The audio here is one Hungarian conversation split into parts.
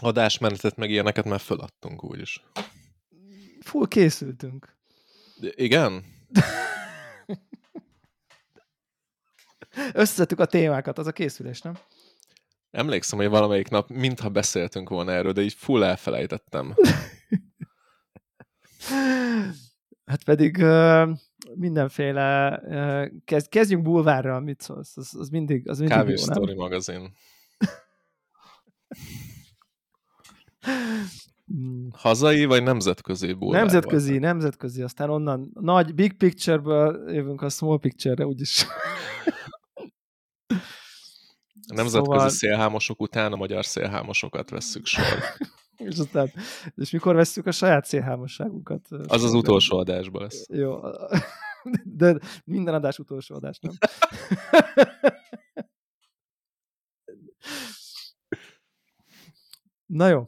adásmenetet, meg ilyeneket már föladtunk úgyis. Full készültünk. Igen? Összeszedtük a témákat, az a készülés, nem? Emlékszem, hogy valamelyik nap mintha beszéltünk volna erről, de így full elfelejtettem. Hát pedig mindenféle... kezdjünk bulvárral, mit szólsz? Az mindig Kávés jó, nem? Story magazin. Hazai vagy nemzetközi bulvár? Nemzetközi, aztán onnan nagy big picture-ből jövünk a small picture-re, úgyis. A nemzetközi szélhámosok után a magyar szélhámosokat vesszük sor. és mikor vesszük a saját szélhámosságunkat? Az az utolsó adásban lesz. Jó. De minden adás utolsó adás, nem? Na jó.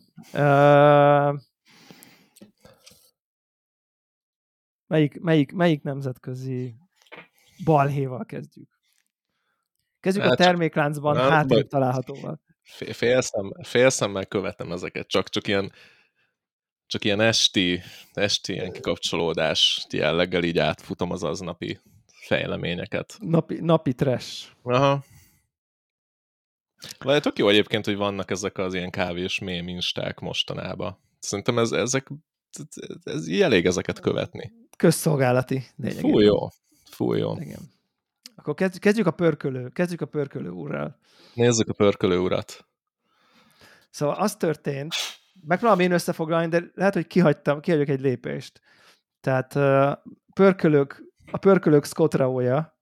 Melyik nemzetközi balhéval kezdjük? Kezdjük a termékláncban hátrébb találhatóval. Félszemmel követem ezeket, csak ilyen esti ilyen kikapcsolódás jelleggel így átfutom az aznapi fejleményeket. Napi trash. Aha. Vagy tök jó egyébként, hogy vannak ezek az ilyen kávés mém insták mostanában. Szerintem ez így elég ezeket követni. Közszolgálati. Fúj jó. Igen. Akkor kezdjük a pörkölő úrral. Nézzük a pörkölő urat. Szóval az történt, megpróbálom én összefoglalni, de lehet, hogy kihagyok egy lépést. Tehát a pörkölők Scott Rao-ja.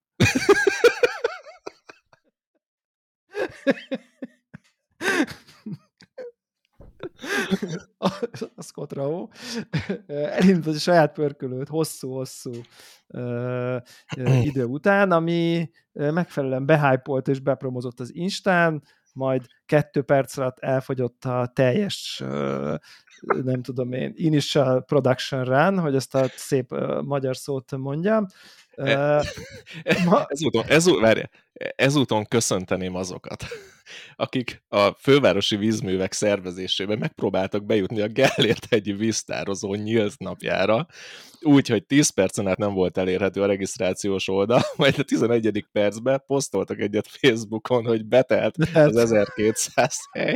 A Scott Rao elindult a saját pörkölőt hosszú idő után, ami megfelelően behypolt és bepromozott az Instán, majd 2 perc alatt elfogyott a teljes, nem tudom én, initial production run, hogy ezt a szép magyar szót mondjam. Ezúton köszönteném azokat, akik a fővárosi vízművek szervezésében megpróbáltak bejutni a Gellért-hegyi víztározó nyílt napjára, úgy, hogy 10 percen át nem volt elérhető a regisztrációs oldal, majd a 11. percben posztoltak egyet Facebookon, hogy betelt az 1200 hely.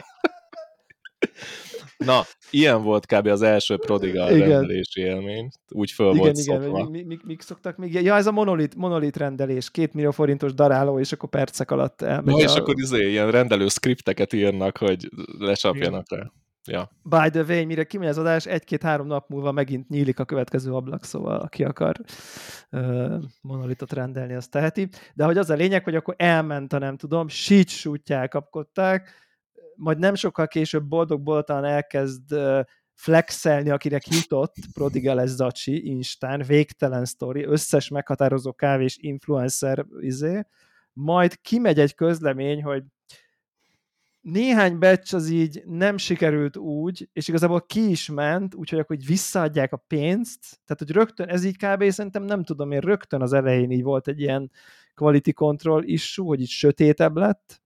Na, ilyen volt kb. Az első Prodigal rendelési élmény. Úgy föl volt szokva. Mik szoktak még? Ja, ez a monolit rendelés. 2 millió forintos daráló, és akkor percek alatt elmegy. És akkor ilyen rendelő skripteket írnak, hogy lecsapjanak rá. Ja. By the way, mire kimegy az adás, 1-2-3 nap múlva megint nyílik a következő ablak, szóval aki akar monolitot rendelni, azt teheti. De hogy az a lényeg, hogy akkor elment a nem tudom, sítsúttyá kapkodták, majd nem sokkal később boldog-boldogan elkezd flexelni, akinek jutott Prodigal Zacsi Instán, végtelen sztori, összes meghatározó kávés influencer majd kimegy egy közlemény, hogy néhány batch az így nem sikerült úgy, és igazából ki is ment, úgyhogy akkor így visszaadják a pénzt, tehát hogy rögtön, ez így kb. Szerintem nem tudom én, rögtön az elején így volt egy ilyen quality control issue, hogy így sötétebb lett.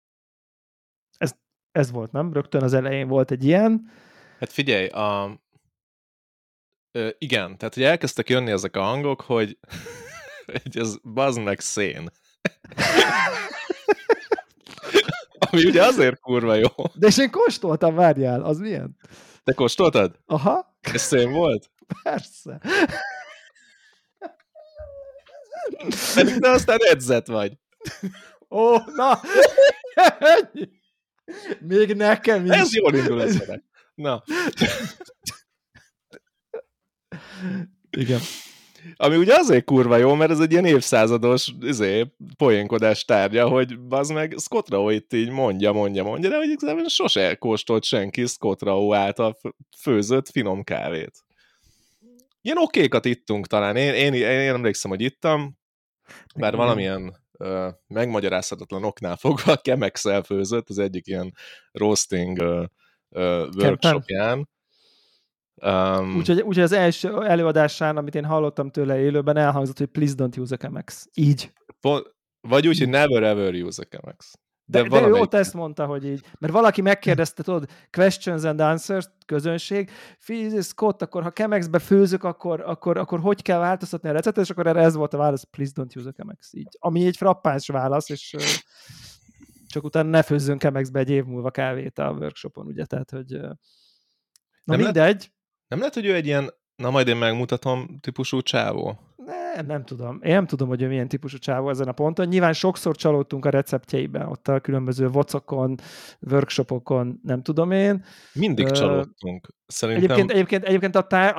Ez volt, nem? Rögtön az elején volt egy ilyen. Hát figyelj, igen, tehát hogy elkezdtek jönni ezek a hangok, hogy ez bazd meg szén. Ami ugye azért kurva jó. De és én kóstoltam, várjál, az milyen? Te kóstoltad? Aha. Ez szén volt? Persze. Pedig te aztán edzett vagy. Ó, na! Még nekem is. Ez jól indul ezzel. Na. Igen. Ami ugye azért kurva jó, mert ez egy ilyen évszázados poénkodás tárgya, hogy bazd meg Scott Rao itt így mondja, de hogy igazából sose kóstolt senki Scott Rao által főzött finom kávét. Ilyen okékat ittunk talán. Én emlékszem, hogy ittam, bár valamilyen megmagyarázhatatlan oknál fogva Chemex-el főzött az egyik ilyen roasting workshopján. Úgyhogy az első előadásán, amit én hallottam tőle élőben, elhangzott, hogy please don't use a Chemex. Így. Vagy úgy, hogy never ever use a Chemex. De ő ott ezt mondta, hogy így, mert valaki megkérdezte, tudod, questions and answers, közönség, Scott, akkor ha Chemexbe főzök, akkor hogy kell változtatni a receptet, és akkor erre ez volt a válasz, please don't use a Chemex. Így, ami egy frappáns válasz, és csak utána ne főzzön Chemexbe egy év múlva kávét a workshopon, ugye, tehát, hogy na nem mindegy. Nem lehet, hogy ő egy ilyen, na majd én megmutatom típusú csávó? Nem tudom. Én nem tudom, hogy ő milyen típusú csávó ezen a ponton. Nyilván sokszor csalódtunk a receptjeiben, ott a különböző vocokon, workshopokon, nem tudom én. Mindig csalódtunk. Szerintem... Egyébként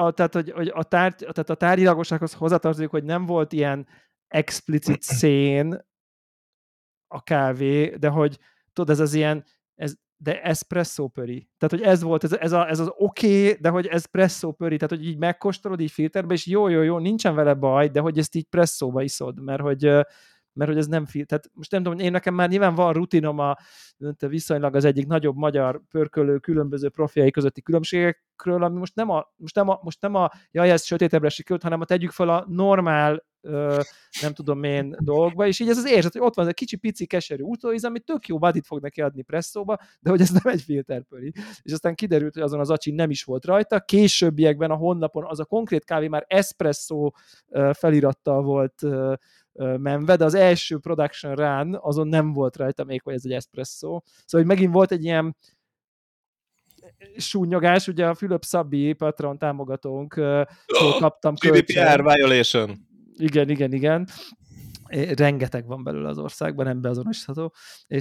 a tárgyilagossághoz hozzátartozik, hogy nem volt ilyen explicit szén a kávé, de hogy tudod, ez az ilyen, de espresso pöri. Tehát, hogy ez volt, ez az oké, de hogy espresso pöri, tehát, hogy így megkóstolod így filterbe, és jó, nincsen vele baj, de hogy ezt így presszóba iszod, mert hogy ez nem tehát most nem tudom, én nekem már nyilván van rutinom a viszonylag az egyik nagyobb magyar pörkölő különböző profiai közötti különbségekről, ami most nem a jaj, ez sötétebbre sikerült, hanem a tegyük fel a normál nem tudom én dolgokba, és így ez az érzet, hogy ott van ez a kicsi, pici, keserű utóíz, ami tök jó badit fog neki adni presszóba, de hogy ez nem egy filterpöri. És aztán kiderült, hogy azon az acsin nem is volt rajta, későbbiekben a honlapon az a konkrét kávé már espresso felirattal volt menve, de az első production run azon nem volt rajta még, hogy ez egy espresso. Szóval, hogy megint volt egy ilyen súnyogás, ugye a Fülöp Szabi Patreon támogatónk kaptam GDPR violation. Igen. Rengeteg van belőle az országban, nem beazonosítható.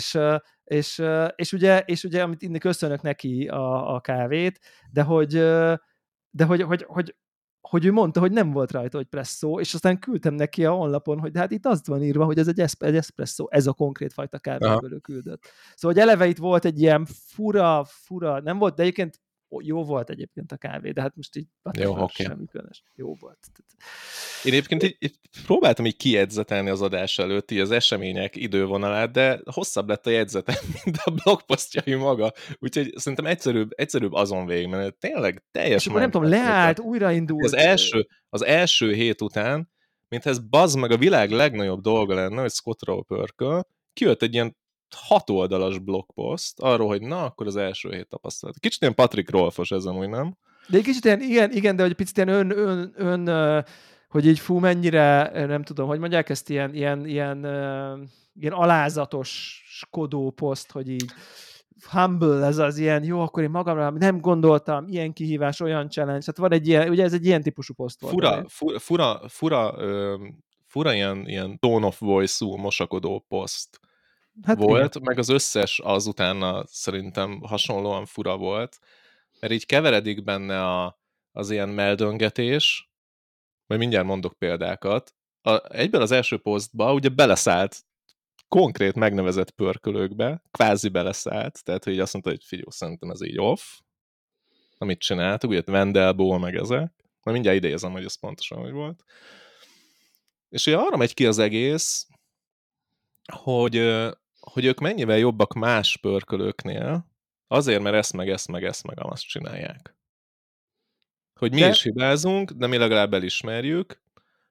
És ugye, amit inni köszönök neki a kávét, de hogy ő mondta, hogy nem volt rajta, hogy presszó, és aztán küldtem neki a honlapon, hogy hát itt azt van írva, hogy ez egy espresszó, ez a konkrét fajta kávéből ő küldött. Szóval, hogy eleve itt volt egy ilyen fura, nem volt, de egyébként jó volt egyébként a kávé, de hát most így semmi különös. Jó volt. Én egyébként így próbáltam így kijegyzetelni az adás előtt, így az események idővonalát, de hosszabb lett a jegyzetem, mint a blogposztjai maga. Úgyhogy szerintem egyszerűbb azon végigmenni. Tényleg teljes. És akkor nem tudom, leállt, újraindult. Az első hét után, mintha ez bazd meg a világ legnagyobb dolga lenne, hogy Scott Rowe pörköl, kijött egy ilyen 6 oldalas blogpost arról, hogy na, akkor az első hét tapasztalat. Kicsit ilyen Patrick Rolfos ez amúgy, nem? De egy kicsit ilyen, igen, de hogy picit ilyen hogy így fú, mennyire, nem tudom, hogy mondják ezt, ilyen alázatoskodó poszt, hogy így humble, ez az ilyen, jó, akkor én magamra nem gondoltam, ilyen kihívás, olyan challenge, hát van egy ilyen, ugye ez egy ilyen típusú poszt volt. Fura ilyen tone of voice-ú, mosakodó poszt volt, igen. Meg az összes az utána szerintem hasonlóan fura volt, mert így keveredik benne az ilyen meldöngetés, majd mindjárt mondok példákat. Egyben az első posztba ugye beleszállt konkrét megnevezett pörkölőkbe, kvázi beleszállt, tehát hogy azt mondta, hogy figyelj, szerintem ez így off, amit csináltuk, ugye Vendelból meg ezek, majd mindjárt idézem, hogy ez pontosan hogy volt. És ugye arra megy ki az egész, hogy ők mennyivel jobbak más pörkölőknél, azért, mert ezt meg azt csinálják. Hogy mi is hibázunk, de mi legalább elismerjük.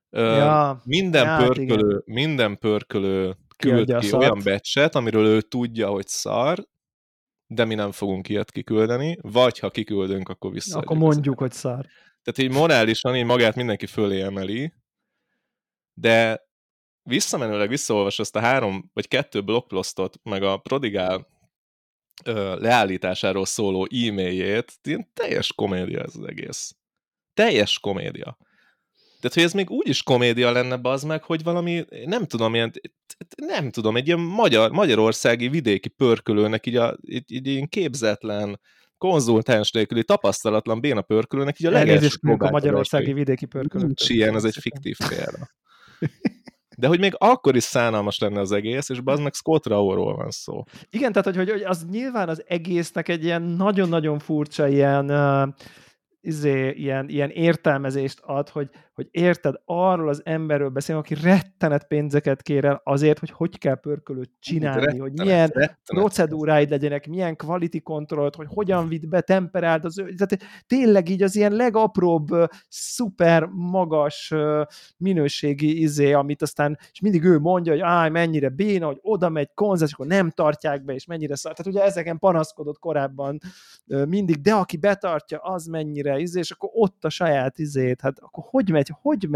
Minden pörkölő küld ki olyan batchet, amiről ő tudja, hogy szar, de mi nem fogunk ilyet kiküldeni, vagy ha kiküldünk, akkor visszaadjuk. Akkor mondjuk, hogy szar. Tehát így morálisan így magát mindenki fölé emeli, de visszamenőleg visszaolvas ezt a 3 vagy 2 blogpostot, meg a Prodigál leállításáról szóló e-mailjét, ilyen teljes komédia ez az egész. Teljes komédia. Tehát, hogy ez még úgy is komédia lenne, bazd meg, hogy valami, nem tudom, egy ilyen magyarországi vidéki pörkölőnek, így ilyen képzetlen, konzultáns nélküli, tapasztalatlan béna pörkölőnek, így a legelső a magyarországi vidéki pörkölők. Nincs ilyen, ez egy fiktív példa. De hogy még akkor is szánalmas lenne az egész, és bazd meg Scott Rowe-ról van szó. Igen, tehát, hogy az nyilván az egésznek egy ilyen nagyon-nagyon furcsa ilyen értelmezést ad, hogy hogy érted, arról az emberről beszélünk, aki rettenet pénzeket kér el azért, hogy kell pörkölőt csinálni, hogy milyen procedúráid legyenek, milyen quality controlt, hogy hogyan vidd be, temperáld az tehát tényleg így az ilyen legapróbb, szuper magas minőségi amit aztán, és mindig ő mondja, hogy mennyire béna, hogy oda megy konzert, és akkor nem tartják be, és mennyire szar. Tehát ugye ezeken panaszkodott korábban mindig, de aki betartja, az mennyire és akkor ott a saját hát akkor hogy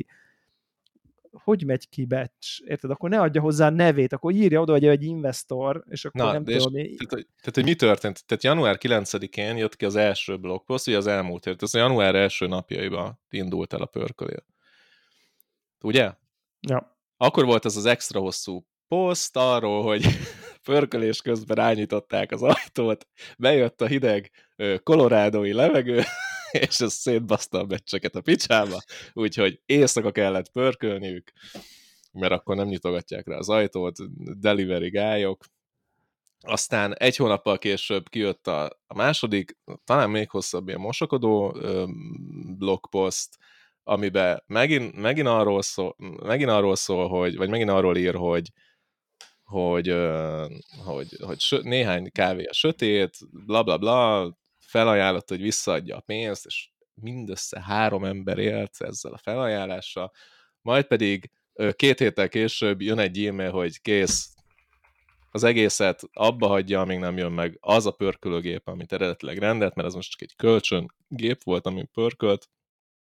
megy ki batch, érted? Akkor ne adja hozzá a nevét, akkor írja oda, hogy egy investor, és akkor nem tudom. Tehát, hogy mi történt? Tehát január 9-én jött ki az első blogpost, ugye az elmúlt év, ez a január első napjaiban indult el a pörkölél. Ugye? Ja. Akkor volt ez az extra hosszú poszt arról, hogy pörkölés közben rányították az ajtót, bejött a hideg kolorádói levegő, és ez szétbaszta a becseket a picsába, úgyhogy éjszaka kellett pörkölniük, mert akkor nem nyitogatják rá az ajtót, delivery gályok. Aztán egy hónappal később kijött a második, talán még hosszabb ilyen mosakodó blogpost, amiben megint arról szól, hogy, vagy megint arról ír, hogy néhány kávé a sötét, bla bla bla, felajánlott, hogy visszaadja a pénzt, és mindössze 3 ember élt ezzel a felajánlással, majd pedig 2 héttel később jön egy e-mail, hogy kész, az egészet abba hagyja, amíg nem jön meg az a pörkölőgép, amit eredetileg rendelt, mert ez most csak egy kölcsöngép volt, ami pörkölt.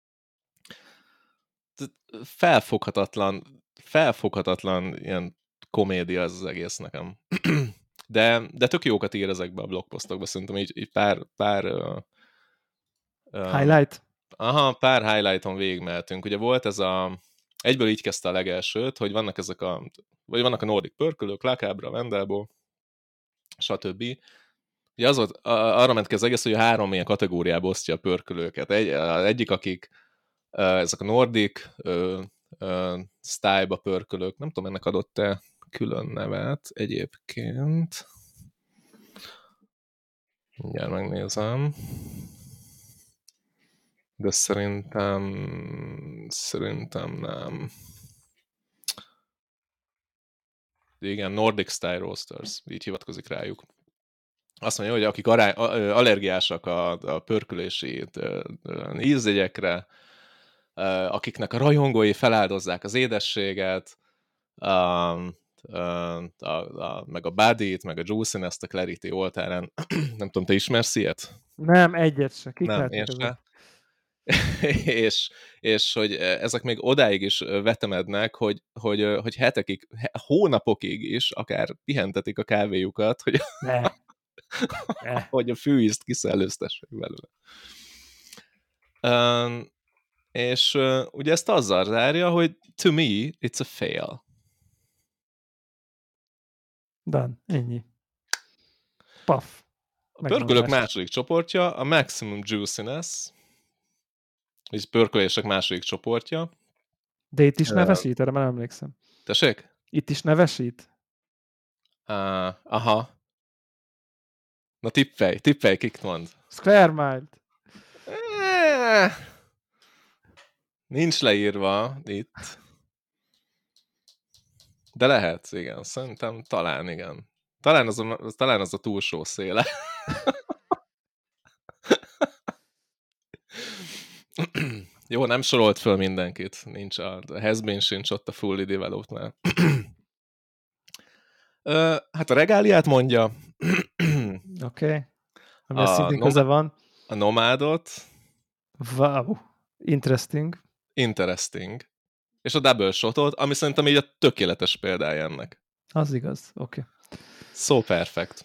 Felfoghatatlan ilyen komédia az egész nekem. De tök jókat ír ezekbe a blogposztokba, szerintem így pár highlight? Aha, pár highlighton végigmehetünk. Ugye volt ez egyből így kezdte a legelsőt, hogy vannak vannak a Nordic pörkölők, Lakábra, Vendelbo, stb. Ugye arra ment ki az egész, hogy 3 ilyen kategóriába osztja a pörkölőket. Egyik, akik ezek a Nordic style-ba pörkölők, nem tudom, ennek adott-e külön nevet egyébként. Mindjárt megnézem. De szerintem nem. De igen, Nordic Style Roasters, így hivatkozik rájuk. Azt mondja, hogy akik allergiásak a pörkölési ízjegyekre, akiknek a rajongói feláldozzák az édességet, meg a body-t, meg a juiciness-t a Clarity oltárán. Nem tudom, te ismersz ilyet? Nem, egyet se. Nem, én se. és hogy ezek még odáig is vetemednek, hogy hetekig, hónapokig is akár pihentetik a kávéjukat, hogy, hogy a fűízt kiszellőztessék belőle. És ugye ezt azzal zárja, hogy to me, it's a fail. Done, ennyi. Paf. A pörkölők második csoportja, a maximum juiciness, és pörkölések második csoportja. De itt is nevesít? Erre már emlékszem. Tessék? Itt is nevesít? Aha. Na tippelj, kik mond? Square Mind. Nincs leírva itt. De lehet, igen. Szerintem talán igen. Talán az a túlsó széle. Jó, nem sorolt föl mindenkit. Nincs a has-been sincs ott a fully developed-nál. Hát a regáliát mondja. Oké. Ami szintén köze van. A nomádot. Wow. Interesting. És a double shotot, ami szerintem így a tökéletes példája ennek. Az igaz, oké. So perfect.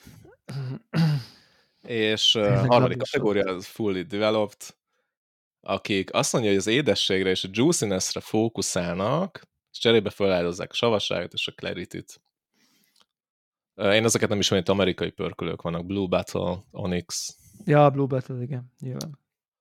És harmadik kategória az fully developed, akik azt mondja, hogy az édességre és a juiciness-re fókuszálnak, és cserébe feláldozzák a savasságot és a clarity-t. Én ezeket nem ismerem, hogy amerikai pörkölők vannak, Blue Battle, Onyx. Ja, Blue Battle, igen, nyilván.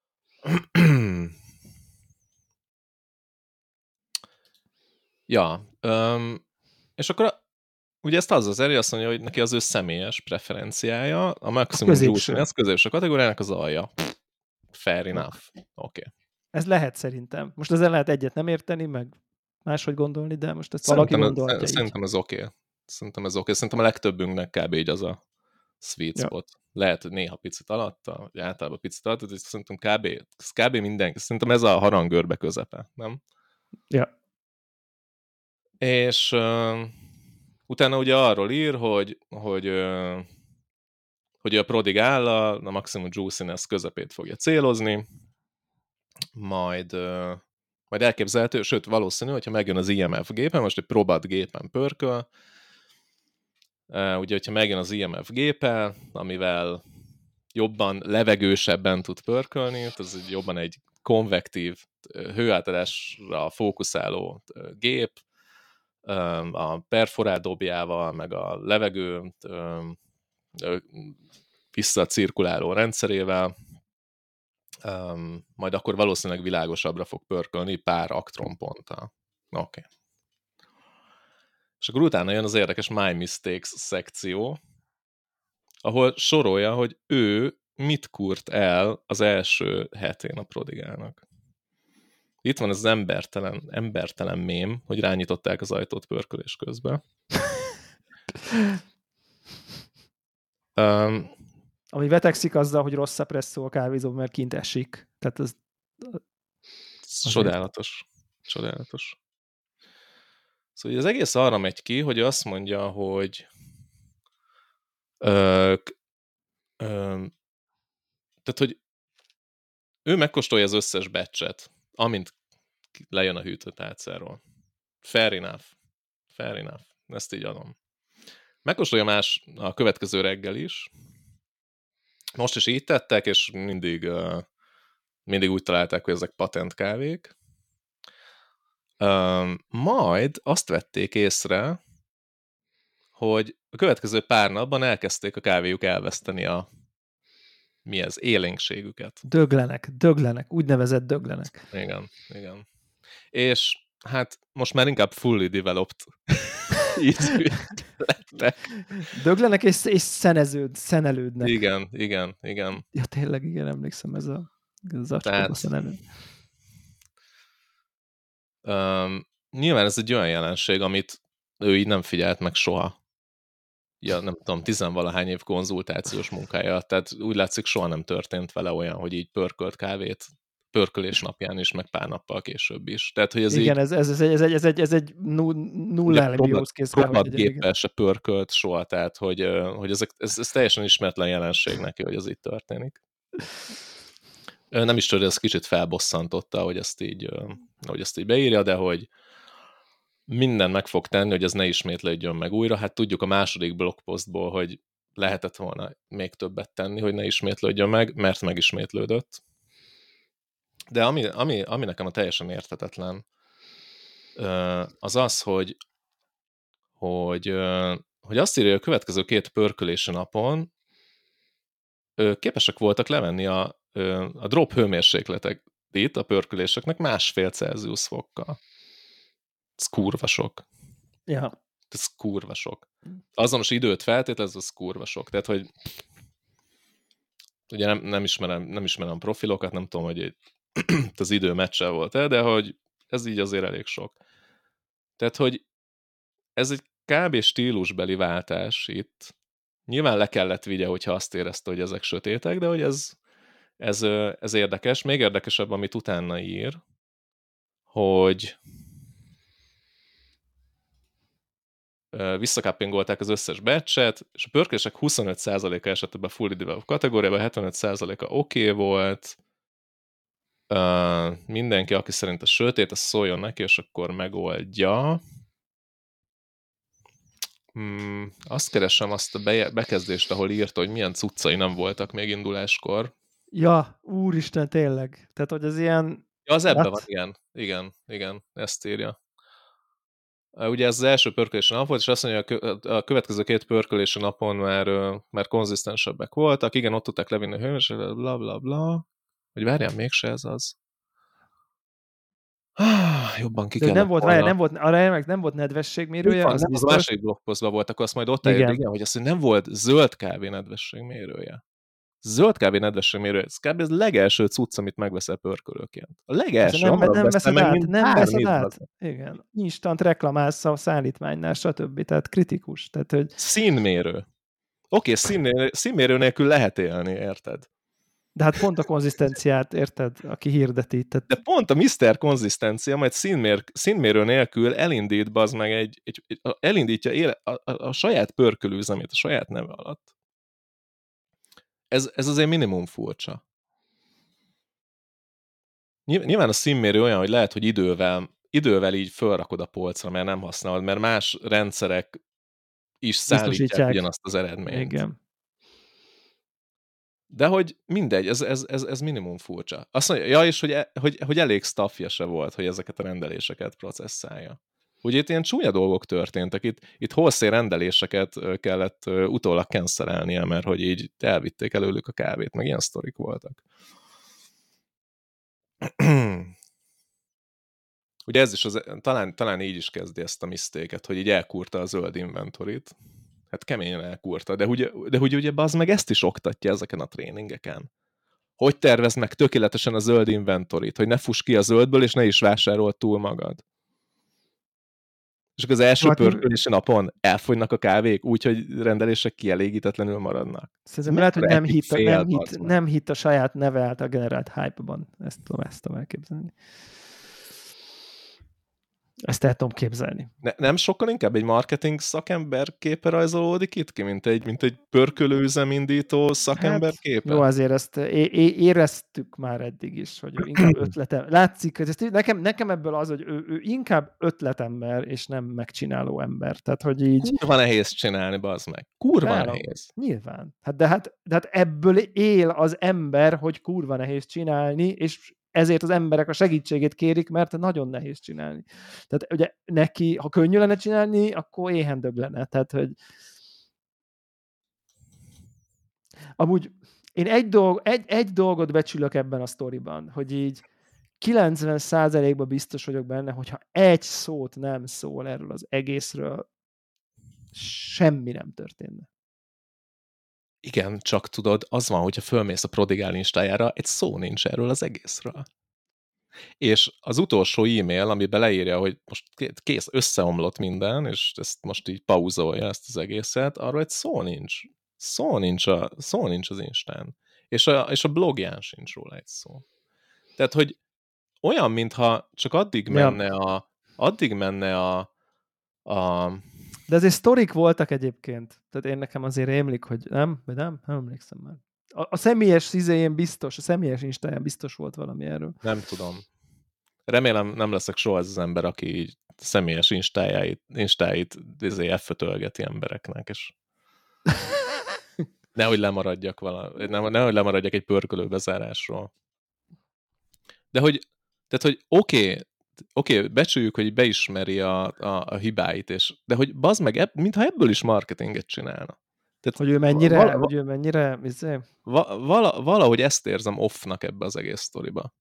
Ja, és akkor ugye ezt az eri azt mondja, hogy neki az ő személyes preferenciája, a maximum juiciness középső kategóriának az alja. Fair enough. Oké. Ez lehet szerintem. Most ezzel lehet egyet nem érteni, meg máshogy gondolni, de most ezt valaki Szerintem, gondolhatja így. szerintem ez oké. Szerintem a legtöbbünknek kb. Így az a sweet Ja. spot. Lehet, hogy néha picit alatta, vagy általában picit alatta, de szerintem kb. Mindenki. Szerintem ez a harangörbe közepe, nem? Ja. És utána ugye arról ír, hogy a prodig áll a maximum juiciness közepét fogja célozni, majd elképzelhető, sőt valószínű, hogyha megjön az IMF gépen, most egy próbát gépen pörköl, ugye, hogyha megjön az IMF gépe, amivel jobban, levegősebben tud pörkölni, ez jobban egy konvektív, hőátadásra fókuszáló gép, a perforádóbjával, meg a levegő visszacirkuláló rendszerével, majd akkor valószínűleg világosabbra fog pörkölni pár aktronponttal. Oké. És akkor utána jön az érdekes My Mistakes szekció, ahol sorolja, hogy ő mit kúrt el az első hetén a Prodigálnak. Itt van az embertelen mém, hogy rányitották az ajtót pörkölés közben. Ami vetekszik azzal, hogy rossz presszó a kávézó, mert kint esik. Tehát ez... Csodálatos. Csodálatos. Szóval az egész arra megy ki, hogy azt mondja, hogy tehát, hogy ő megkóstolja az összes batchet, amint lejön a hűtőtálcáról. Fair enough. Fair enough. Ezt így adom. Megkóstolja más a következő reggel is. Most is így tettek, és mindig úgy találták, hogy ezek patent kávék. Majd azt vették észre, hogy a következő pár napban elkezdték a kávéjuk elveszteni élénkségüket. Döglenek, úgynevezett döglenek. Igen. És hát most már inkább fully developed ízűek lettek. Döglenek és szenelődnek. Igen. Ja, tényleg, igen, emlékszem, ez az acskóba szenelőd. Nyilván ez egy olyan jelenség, amit ő így nem figyelt meg soha. Ja, nem tudom, 10-valahány év konzultációs munkája, tehát úgy látszik, soha nem történt vele olyan, hogy így pörkölt kávét pörkölés napján is, meg pár nappal később is. Tehát, hogy ez igen, így, ez egy nulla elemi use case. próbálgéppel se pörkölt soha, tehát, hogy ez teljesen ismeretlen jelenség neki, hogy ez így történik. Nem is tudom, ez kicsit felbosszantotta, hogy ezt így beírja, de hogy minden meg fog tenni, hogy ez ne ismétlődjön meg újra. Hát tudjuk a második blogpostból, hogy lehetett volna még többet tenni, hogy ne ismétlődjön meg, mert megismétlődött. De ami nekem a teljesen érthetetlen, az az, hogy azt írja, hogy a következő 2 pörkölési napon képesek voltak levenni a drop hőmérsékletek itt a pörköléseknek 1,5 Celsius fokkal. Ez kurva sok. Ja. Ez kurva sok. Azonos időt feltételez, az kurva sok. Tehát, hogy ugye nem ismerem profilokat, nem tudom, hogy az idő meccsel volt-e, de hogy ez így azért elég sok. Tehát, hogy ez egy kb. Stílusbeli váltás itt. Nyilván le kellett vigye, hogyha azt érezte, hogy ezek sötétek, de hogy ez érdekes. Még érdekesebb, amit utána ír, hogy visszakáppingolták az összes batchet, és a pörkölések 25%-a esett ebbe a fully developed kategóriába, 75%-a oké volt. Mindenki, aki szerint a sötét, az szóljon neki, és akkor megoldja. Azt keresem, azt a bekezdést, ahol írta, hogy milyen cuccai nem voltak még induláskor. Ja, úristen, tényleg. Tehát, hogy az ilyen... Ja, az ebben van, igen, ezt írja. Ugye ez az első pörkölési nap volt, és azt mondja, hogy a következő 2 pörkölési napon már konzisztensebbek voltak, igen, ott tudták levinni a hőmérsékletet, bla. Hogy várjál, mégse ez az. Jobban ki kellett nem volt nedvességmérője. Az a második blogpostban volt, akkor azt majd ott eljött, igen, hogy azt, hogy nem volt zöld kávé nedvességmérője. Zöld kávé nedvességmérő, ez kb. Ez legelső cucc, amit megveszel pörkölőként. A legelső, Nem nem veszed meg, át, mint nem veszed bármit. át. Igen. Instant reklamálsz a szállítmánynál, stb. Tehát kritikus. Tehát, hogy... Színmérő. Oké, színmérő nélkül lehet élni, érted? De hát pont a konzisztenciát, érted, aki hirdeti. Tehát... De pont a Mr. Konzisztencia majd színmérő nélkül elindít, bazd meg elindítja a saját pörkölőüzemét a saját neve alatt. Ez azért minimum furcsa. Nyilván a színmérő olyan, hogy lehet, hogy idővel így fölrakod a polcra, mert nem használod, mert más rendszerek is szállítják ugyanazt az eredményt. Igen. De hogy mindegy, ez minimum furcsa. Azt mondja, és hogy elég staffja se volt, hogy ezeket a rendeléseket processzálja. Ugye itt ilyen csúnya dolgok történtek, itt wholesale rendeléseket kellett utólag cancelelnie, mert hogy így elvitték előlük a kávét, meg ilyen sztorik voltak. Ugye ez is, talán így is kezdi ezt a misztéket, hogy így elkúrta a zöld inventorit. Hát keményen elkúrta, de ugye bazd meg ezt is oktatja ezeken a tréningeken. Hogy tervezd meg tökéletesen a zöld inventorit, hogy ne fuss ki a zöldből, és ne is vásárold túl magad. És akkor az első pörkölési napon elfogynak a kávék, úgyhogy rendelések kielégítetlenül maradnak. Szerintem lehet, hogy nem hitt a saját neve által generált hype-ban. Ezt tudom elképzelni. Ezt el tudom képzelni. Nem sokkal inkább egy marketing szakember képe rajzolódik itt ki, mint egy pörkölőüzemindító szakember képe? Jó, azért ezt éreztük már eddig is, hogy ő inkább ötletem. Látszik, hogy nekem ebből az, hogy ő inkább ötletember, és nem megcsináló ember. Tehát, hogy így... Kurva nehéz csinálni, bazd meg. Kurva nehéz. Nyilván. De hát ebből él az ember, hogy kurva nehéz csinálni, és ezért az emberek a segítségét kérik, mert nagyon nehéz csinálni. Tehát ugye neki, ha könnyű lenne csinálni, akkor éhendög lenne. Tehát, hogy amúgy én egy dolgot becsülök ebben a sztoriban, hogy így 90%-ban biztos vagyok benne, hogyha egy szót nem szól erről az egészről, semmi nem történne. Igen, csak tudod, az van, hogyha fölmész a Prodigál instájára, egy szó nincs erről az egészről. És az utolsó e-mail, amiben leírja, hogy most kész, összeomlott minden, és ezt most így pauzolja ezt az egészet, arról egy szó nincs. Szó nincs az Instán. És a blogján sincs róla egy szó. Tehát, hogy olyan, mintha csak addig menne a De azért sztorik voltak egyébként. Tehát én nekem azért rémlik, hogy nem emlékszem már. A személyes izéjén biztos, a személyes instáján biztos volt valami erről. Nem tudom. Remélem nem leszek soha az ember, aki így személyes instáit F-ötölgeti embereknek, és nehogy lemaradjak egy pörkölő bezárásról. De hogy oké, becsüljük, hogy beismeri a hibáit, de hogy bazd meg, mintha ebből is marketinget csinálna. Tehát hogy ő mennyire valahogy ezt érzem offnak ebbe az egész sztoriba.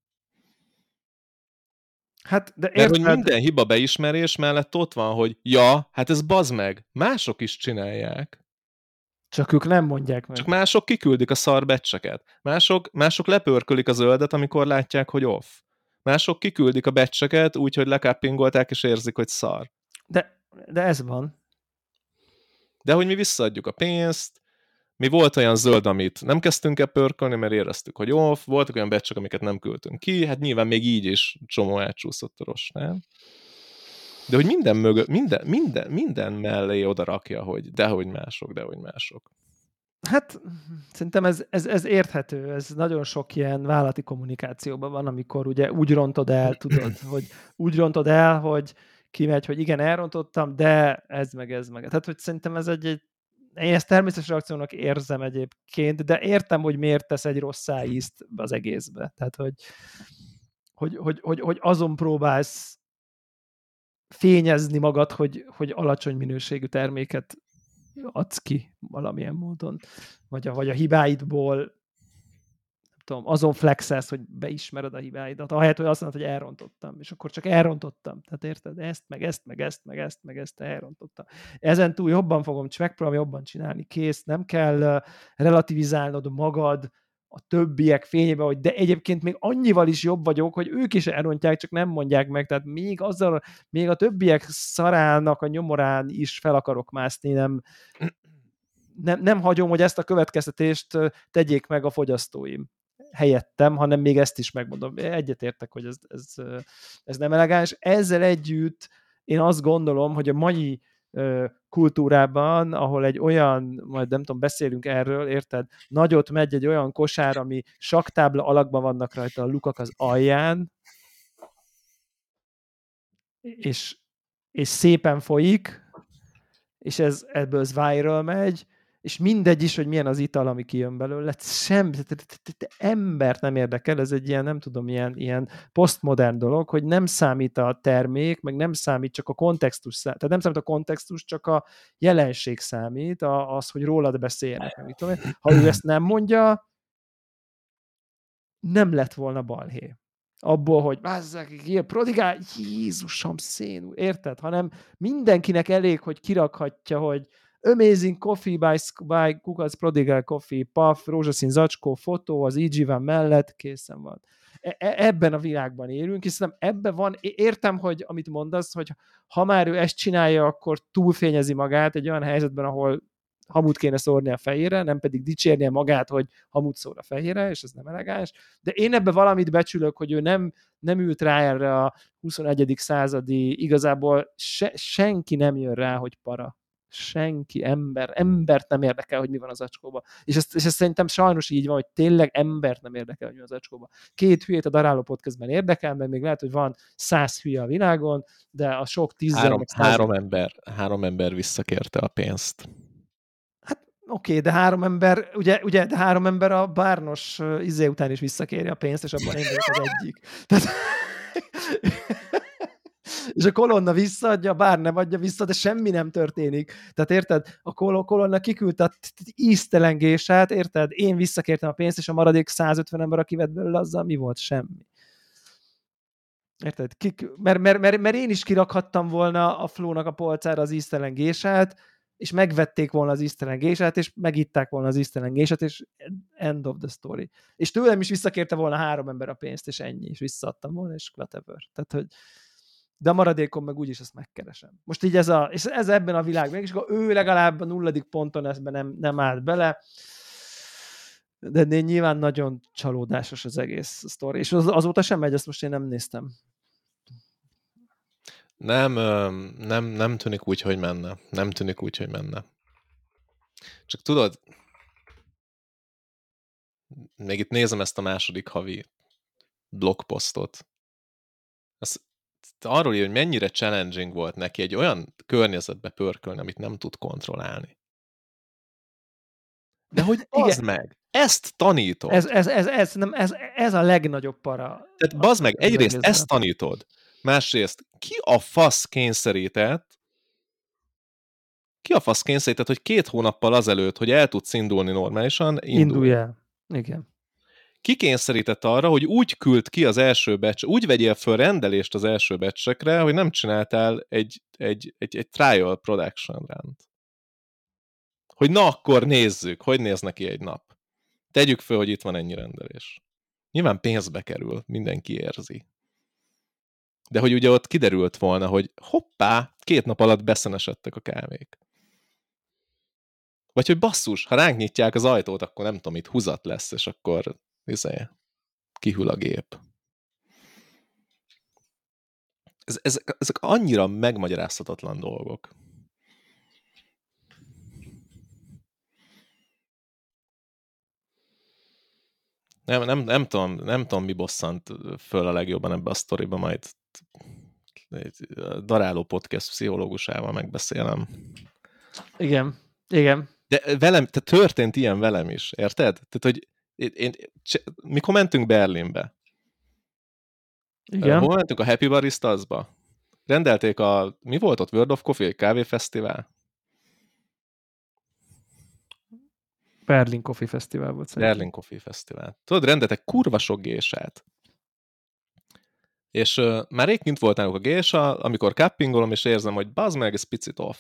Hát, de mert hogy minden hiba beismerés mellett ott van, hogy hát ez bazd meg, mások is csinálják. Csak ők nem mondják meg. Csak mások kiküldik a szar batch-eket. Mások lepörkölik a zöldet, amikor látják, hogy off. Mások kiküldik a batch-eket úgy, hogy lekappingolták, és érzik, hogy szar. De ez van. De hogy mi visszaadjuk a pénzt, mi volt olyan zöld, amit nem kezdtünk el pörkölni, mert éreztük, hogy off, voltak olyan batch-ek, amiket nem küldtünk ki, hát nyilván még így is csomó elcsúszott a rostán. De hogy minden mellé oda rakja, hogy dehogy mások. Hát szerintem ez érthető, ez nagyon sok ilyen vállalati kommunikációban van, amikor ugye úgy rontod el, tudod, hogy kimegy, hogy igen, elrontottam, de ez meg. Tehát, hogy szerintem ez én ezt természetes reakciónak érzem egyébként, de értem, hogy miért tesz egy rossz ízt az egészbe. Tehát, hogy azon próbálsz fényezni magad, hogy alacsony minőségű terméket adsz ki valamilyen módon. Vagy a hibáidból nem tudom, azon flexelsz, hogy beismered a hibáidat, ahelyett, hogy azt mondod, hogy elrontottam, és akkor csak elrontottam. Tehát érted? Ezt, meg ezt, meg ezt, meg ezt, meg ezt elrontottam. Ezen túl jobban fogom, megpróbálom jobban csinálni, kész, nem kell relativizálnod magad a többiek fényében, hogy de egyébként még annyival is jobb vagyok, hogy ők is elrontják, csak nem mondják meg, tehát még a többiek szarának a nyomorán is fel akarok mászni, nem hagyom, hogy ezt a következtetést tegyék meg a fogyasztóim helyettem, hanem még ezt is megmondom. Egyetértek, hogy ez nem elegáns. Ezzel együtt én azt gondolom, hogy a mai kultúrában, ahol egy olyan, majd nem tudom, beszélünk erről, érted? Nagyot megy egy olyan kosár, ami saktábla alakban vannak rajta a lukak az alján, és szépen folyik, és ebből ez viral megy, és mindegy is, hogy milyen az ital, ami kijön belőle, embert nem érdekel, ez egy ilyen, nem tudom, ilyen posztmodern dolog, hogy nem számít a termék, meg nem számít csak a kontextus, tehát nem számít a kontextus, csak a jelenség számít, az, hogy rólad beszéljenek, nem tudom. Ha ő ezt nem mondja, nem lett volna balhé. Abból, hogy bázzák, prodigál, Jézusom szénú, érted? Hanem mindenkinek elég, hogy kirakhatja, hogy Amazing Coffee by Kukac Prodigal Coffee, puff, rózsaszín zacskó, fotó, az EG van mellett, készen van. Ebben a világban élünk, hiszen ebben van, értem, hogy amit mondasz, hogy ha már ő ezt csinálja, akkor túlfényezi magát egy olyan helyzetben, ahol hamut kéne szórni a fejére, nem pedig dicsérnie magát, hogy hamut szór a fejére, és ez nem elegáns. De én ebbe valamit becsülök, hogy ő nem ült rá erre a 21. századi, igazából senki nem jön rá, hogy para. Senki, embert nem érdekel, hogy mi van az acskóban. És ezt szerintem sajnos így van, hogy tényleg embert nem érdekel, hogy mi van az acskóban. 2 hülyét a Daráló Podcastben érdekel, mert még lehet, hogy van 100 hülye a világon, de a sok 10 három ember visszakérte a pénzt. Hát oké, de 3 ember, ugye, de 3 ember a Bárnos után is visszakéri a pénzt, és abban én vagyok az egyik. Tehát... és a kolonna visszaadja, bár nem adja vissza, de semmi nem történik. Tehát érted? A kolonna kiküldte a íztelengésát, érted? Én visszakértem a pénzt, és a maradék 150 ember, aki vett belőle, azzal mi volt? Semmi. Érted? Mert én is kirakhattam volna a Flónak a polcára az íztelengésát, és megvették volna az íztelengésát, és megitták volna az íztelengésát, és end of the story. És tőlem is visszakérte volna 3 ember a pénzt, és ennyi, és visszaadtam volna, és whatever. Tehát, hogy de a maradékon meg úgyis ezt megkeresem. Most így és ez ebben a világban, és akkor ő legalább a 0. ponton ebben nem állt bele, de nyilván nagyon csalódásos az egész sztori, és azóta sem megy, ezt most én nem néztem. Nem tűnik úgy, hogy menne. Nem tűnik úgy, hogy menne. Csak tudod, még itt nézem ezt a második havi blogposztot. Arról ír, hogy mennyire challenging volt neki egy olyan környezetbe pörkölni, amit nem tud kontrollálni. De hogy bazd meg! Ezt tanítod! Ez a legnagyobb para. Tehát bazd meg, egyrészt ezt tanítod, másrészt ki a fasz kényszerített, hogy 2 hónappal azelőtt, hogy el tudsz indulni normálisan, indulj el. Igen. Ki kényszerített arra, hogy úgy küld ki az első batch, úgy vegyél föl rendelést az első batch-ekre, hogy nem csináltál egy trial production rent. Hogy na akkor nézzük, hogy néz neki egy nap. Tegyük föl, hogy itt van ennyi rendelés. Nyilván pénzbe kerül, mindenki érzi. De hogy ugye ott kiderült volna, hogy hoppá, 2 nap alatt beszenesedtek a kávék. Vagy hogy basszus, ha ránk nyitják az ajtót, akkor nem tudom, itt húzat lesz, és akkor kihűl a gép. Ezek annyira megmagyarázhatatlan dolgok. Nem tudom, mi bosszant föl a legjobban ebbe a sztoriba, majd Daráló Podcast pszichológusával megbeszélem. Igen. De velem, tehát történt ilyen velem is, érted? Tehát, hogy mikor mentünk Berlinbe? Igen. Hol mentünk? A Happy Baristasba? Rendelték mi volt ott? World of Coffee, egy kávéfesztivál? Berlin Coffee Festival volt szerintem. Berlin Coffee Festival. Tudod, rendetek kurva sok gésát. És már rég kint volt náluk a gésa, amikor cuppingolom, és érzem, hogy bazd meg, ez picit off.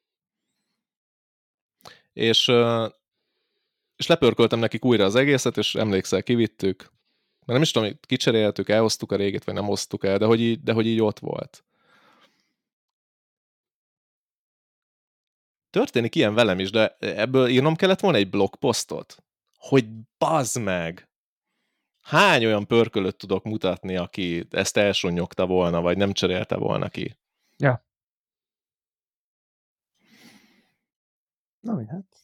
És lepörköltem nekik újra az egészet, és emlékszel, kivittük. Mert nem is tudom, hogy kicseréltük, elhoztuk a régit, vagy nem hoztuk el, de hogy így ott volt. Történik ilyen velem is, de ebből írnom kellett volna egy blogposztot, hogy bazd meg! Hány olyan pörkölöt tudok mutatni, aki ezt elsonnyogta volna, vagy nem cserélte volna ki? Ja. Na, mi hát?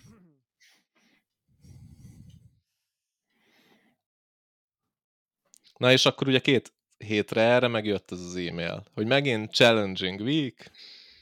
Na és akkor ugye 2 hétre erre megjött ez az e-mail, hogy megint challenging week,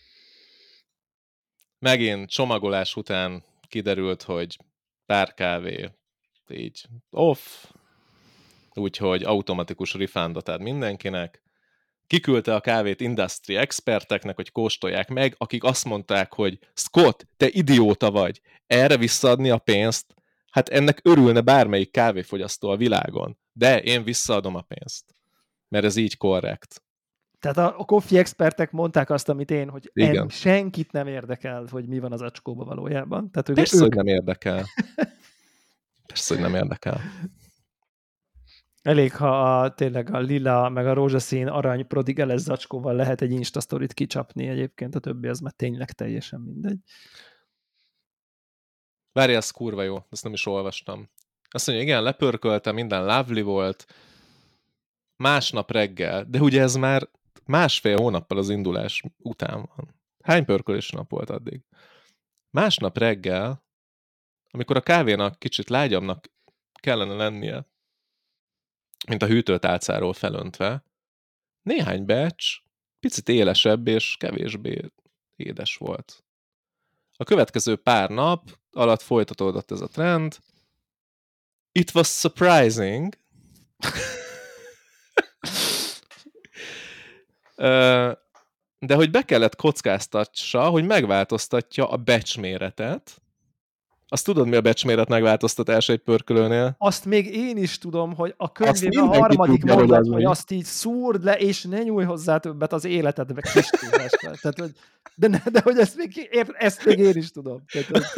megint csomagolás után kiderült, hogy pár kávé így off, úgyhogy automatikus refundot ad mindenkinek. Kiküldte a kávét industry experteknek, hogy kóstolják meg, akik azt mondták, hogy Scott, te idióta vagy, erre visszaadni a pénzt? Hát ennek örülne bármelyik kávéfogyasztó a világon. De én visszaadom a pénzt. Mert ez így korrekt. Tehát a coffee expertek mondták azt, amit én, hogy senkit nem érdekel, hogy mi van az acskóba valójában. Tehát Persze, hogy nem érdekel. Persze, hogy nem érdekel. Elég, ha tényleg a lila, meg a rózsaszín arany prodigeles zacskóval lehet egy Instastoryt kicsapni egyébként, a többi az már tényleg teljesen mindegy. Várj, ez kurva jó, ezt nem is olvastam. Azt mondja, igen, lepörköltem, minden lovely volt, másnap reggel, de ugye ez már 1,5 hónappal az indulás után van. Hány pörkölési nap volt addig? Másnap reggel, amikor a kávénak kicsit lágyabbnak kellene lennie, mint a hűtőtálcáról felöntve, néhány batch picit élesebb és kevésbé édes volt. A következő pár nap alatt folytatódott ez a trend. It was surprising. De hogy be kellett kockáztatsa, hogy megváltoztatja a batch méretet. Azt tudod, mi a batch méret megváltoztatás egy pörkölőnél? Azt még én is tudom, hogy a könyvében a harmadik mondat, hogy azt így szúrd le, és ne nyújj hozzá többet az életedbe kis túlásra. Tehát, hogy, de hogy ezt még én is tudom. Tehát, hogy,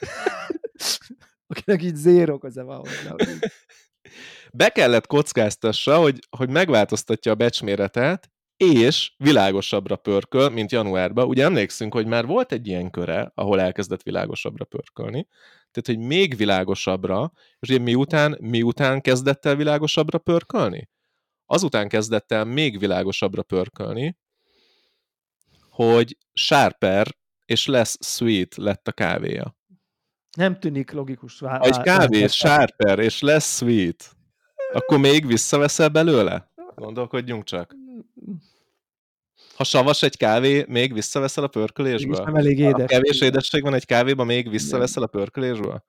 akinek így zéró köze van hozzá. Be kellett kockáztassa, hogy megváltoztatja a batch méretet, és világosabbra pörköl, mint januárban. Ugye emlékszünk, hogy már volt egy ilyen köre, ahol elkezdett világosabbra pörkölni. Tehát, hogy még világosabbra, és ugye miután kezdett el világosabbra pörkölni? Azután kezdett el még világosabbra pörkölni, hogy sharper és less sweet lett a kávéja. Nem tűnik logikus. Ha egy kávé sharper és less sweet, akkor még visszaveszel belőle? Gondolkodjunk csak. Ha savas egy kávé, még visszaveszel a pörkölésből? Nem elég édes. Ha kevés édesség van egy kávéban, még visszaveszel a pörkölésből?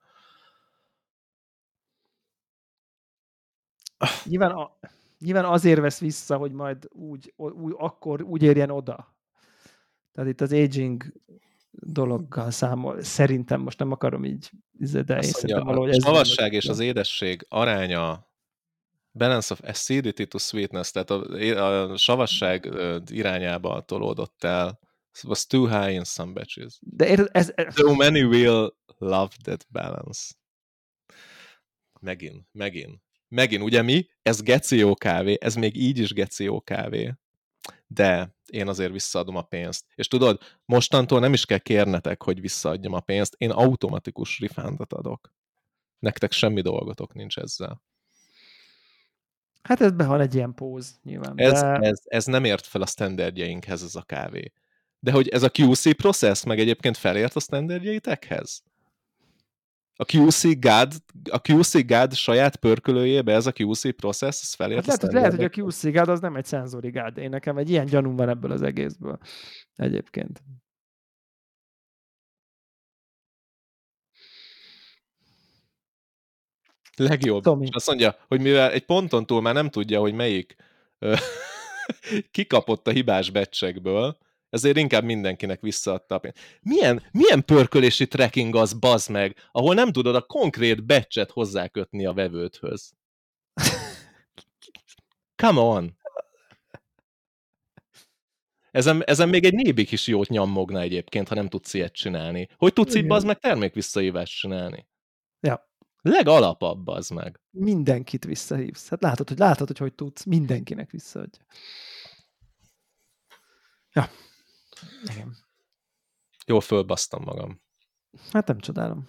Nyilván azért vesz vissza, hogy majd akkor úgy érjen oda. Tehát itt az aging dologgal számol. Szerintem most nem akarom így, de én szerintem valahogy a savasság és az édesség aránya balance of acidity to sweetness, tehát a savasság irányába tolódott el. It was too high in some batches. De So many will love that balance. Megint, ugye mi? Ez geci jó kávé, ez még így is geci jó kávé. De én azért visszaadom a pénzt. És tudod, mostantól nem is kell kérnetek, hogy visszaadjam a pénzt, én automatikus refundot adok. Nektek semmi dolgotok nincs ezzel. Hát ez van egy ilyen póz, nyilván. Ez nem ért fel a standardjainkhez ez a kávé. De hogy ez a QC process meg egyébként felért a standardjaitekhez? A QC GAD saját pörkölőjébe ez a QC process, ez felért hát lehet, hogy a QC GAD az nem egy szenzori GAD. Én nekem egy ilyen gyanúm van ebből az egészből. Egyébként. Legjobb. Tomi. És azt mondja, hogy mivel egy ponton túl már nem tudja, hogy melyik kikapott a hibás batchekből, Ezért inkább mindenkinek visszaadta a pénzt. Milyen pörkölési trekking az, bazd meg, ahol nem tudod a konkrét batchet hozzákötni a vevődhöz. Come on! Ezen még egy nébik is jót nyammogna egyébként, ha nem tudsz ilyet csinálni. Hogy tudsz így, bazd meg, termékvisszaívást csinálni? Ja. Legalapabb, bazd meg. Mindenkit visszahívsz. Hát látod, hogy tudsz, mindenkinek visszaadja. Ja. Igen. Jól fölbasztam magam. Hát nem csodálom.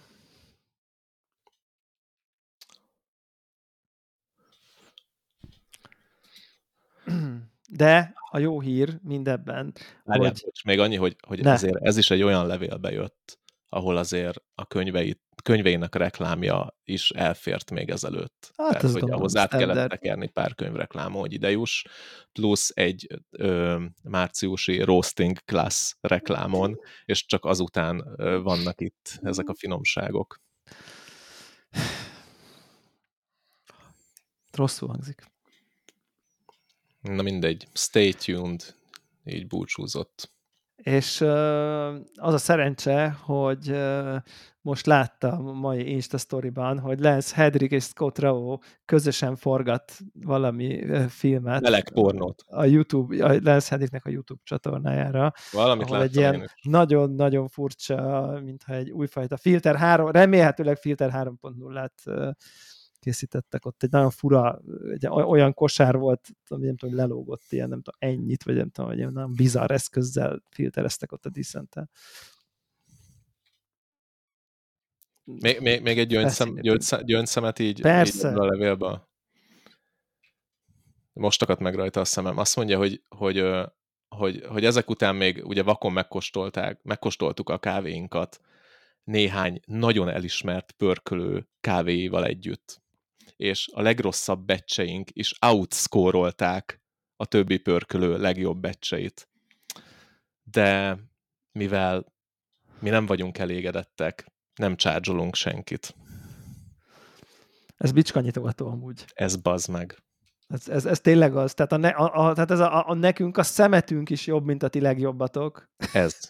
De a jó hír mindebben, Várjál, hogy... bocs, még annyi, hogy azért ez is egy olyan levélbe jött, ahol azért a könyveinek reklámja is elfért még ezelőtt. Hát tehát, hogy gondolom, ahhoz át kellett standard. tekerni pár könyvreklámon, hogy ide juss, plusz egy márciusi roasting class reklámon, és csak azután vannak itt ezek a finomságok. Rosszul hangzik. Na mindegy, stay tuned, így búcsúzott. És az a szerencse, hogy most láttam a mai Insta Story-ban, hogy Lance Hedrick és Scott Rao közösen forgat valami filmet. Melegpornót. A YouTube, a Lance Hedricknek a YouTube csatornájára. Valamit ahol láttam egy ilyen én is. nagyon-nagyon furcsa, mintha egy újfajta Filter 3, remélhetőleg Filter 3.0-át készítettek ott. Egy nagyon fura, olyan kosár volt, ami nem tudom, lelógott ilyen, nem tudom, ennyit, vagy nem tudom, hogy ilyen nagyon bizarr eszközzel filtereztek ott a Descent-tel. Még egy gyöngyszemet így a levélbe. Most akadt meg rajta a szemem. Azt mondja, hogy ezek után még ugye vakon megkóstoltuk a kávéinkat néhány nagyon elismert pörkölő kávéival együtt. És a legrosszabb batcheink is outscore-olták a többi pörkölő legjobb batcheit. De mivel mi nem vagyunk elégedettek, nem charge-olunk senkit. Ez bicskanyitogató amúgy. Ez bazd meg. Ez tényleg az. Tehát ez a nekünk a szemetünk is jobb, mint a ti legjobbatok. Ez.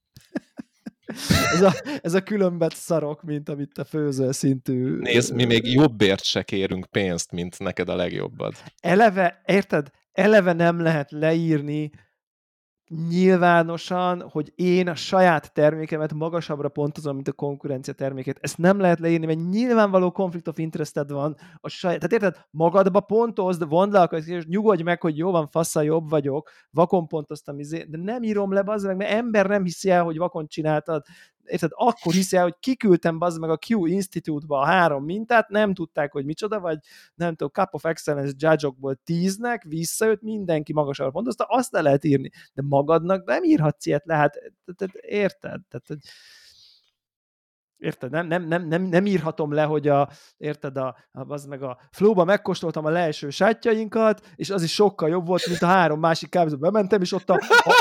ez a különbet szarok, mint amit a főző szintű... Nézd, mi még jobbért se kérünk pénzt, mint neked a legjobbad. Eleve nem lehet leírni nyilvánosan, hogy én a saját termékemet magasabbra pontozom, mint a konkurencia termékét. Ezt nem lehet leírni, mert nyilvánvaló conflict of interested van a saját. Tehát érted, magadba pontozd, vondd le, és nyugodj meg, hogy jó van, fassa, jobb vagyok, vakon pontoztam, de nem írom le, bazd meg, mert ember nem hiszi el, hogy vakon csináltad. Érted, akkor hiszi el, hogy kiküldtem bazd meg a Q Institute-ba a 3 mintát, nem tudták, hogy micsoda, vagy nem tudom, Cup of Excellence judge-okból 10-nek, visszajött, mindenki magasabbra pontozta, azt le lehet írni, de magadnak nem írhatsz ilyet le, hát érted? Érted? Nem írhatom le, hogy érted, az meg a Flow-ba megkóstoltam a leeső sátjainkat, és az is sokkal jobb volt, mint a 3 másik kávézóba bementem, és ott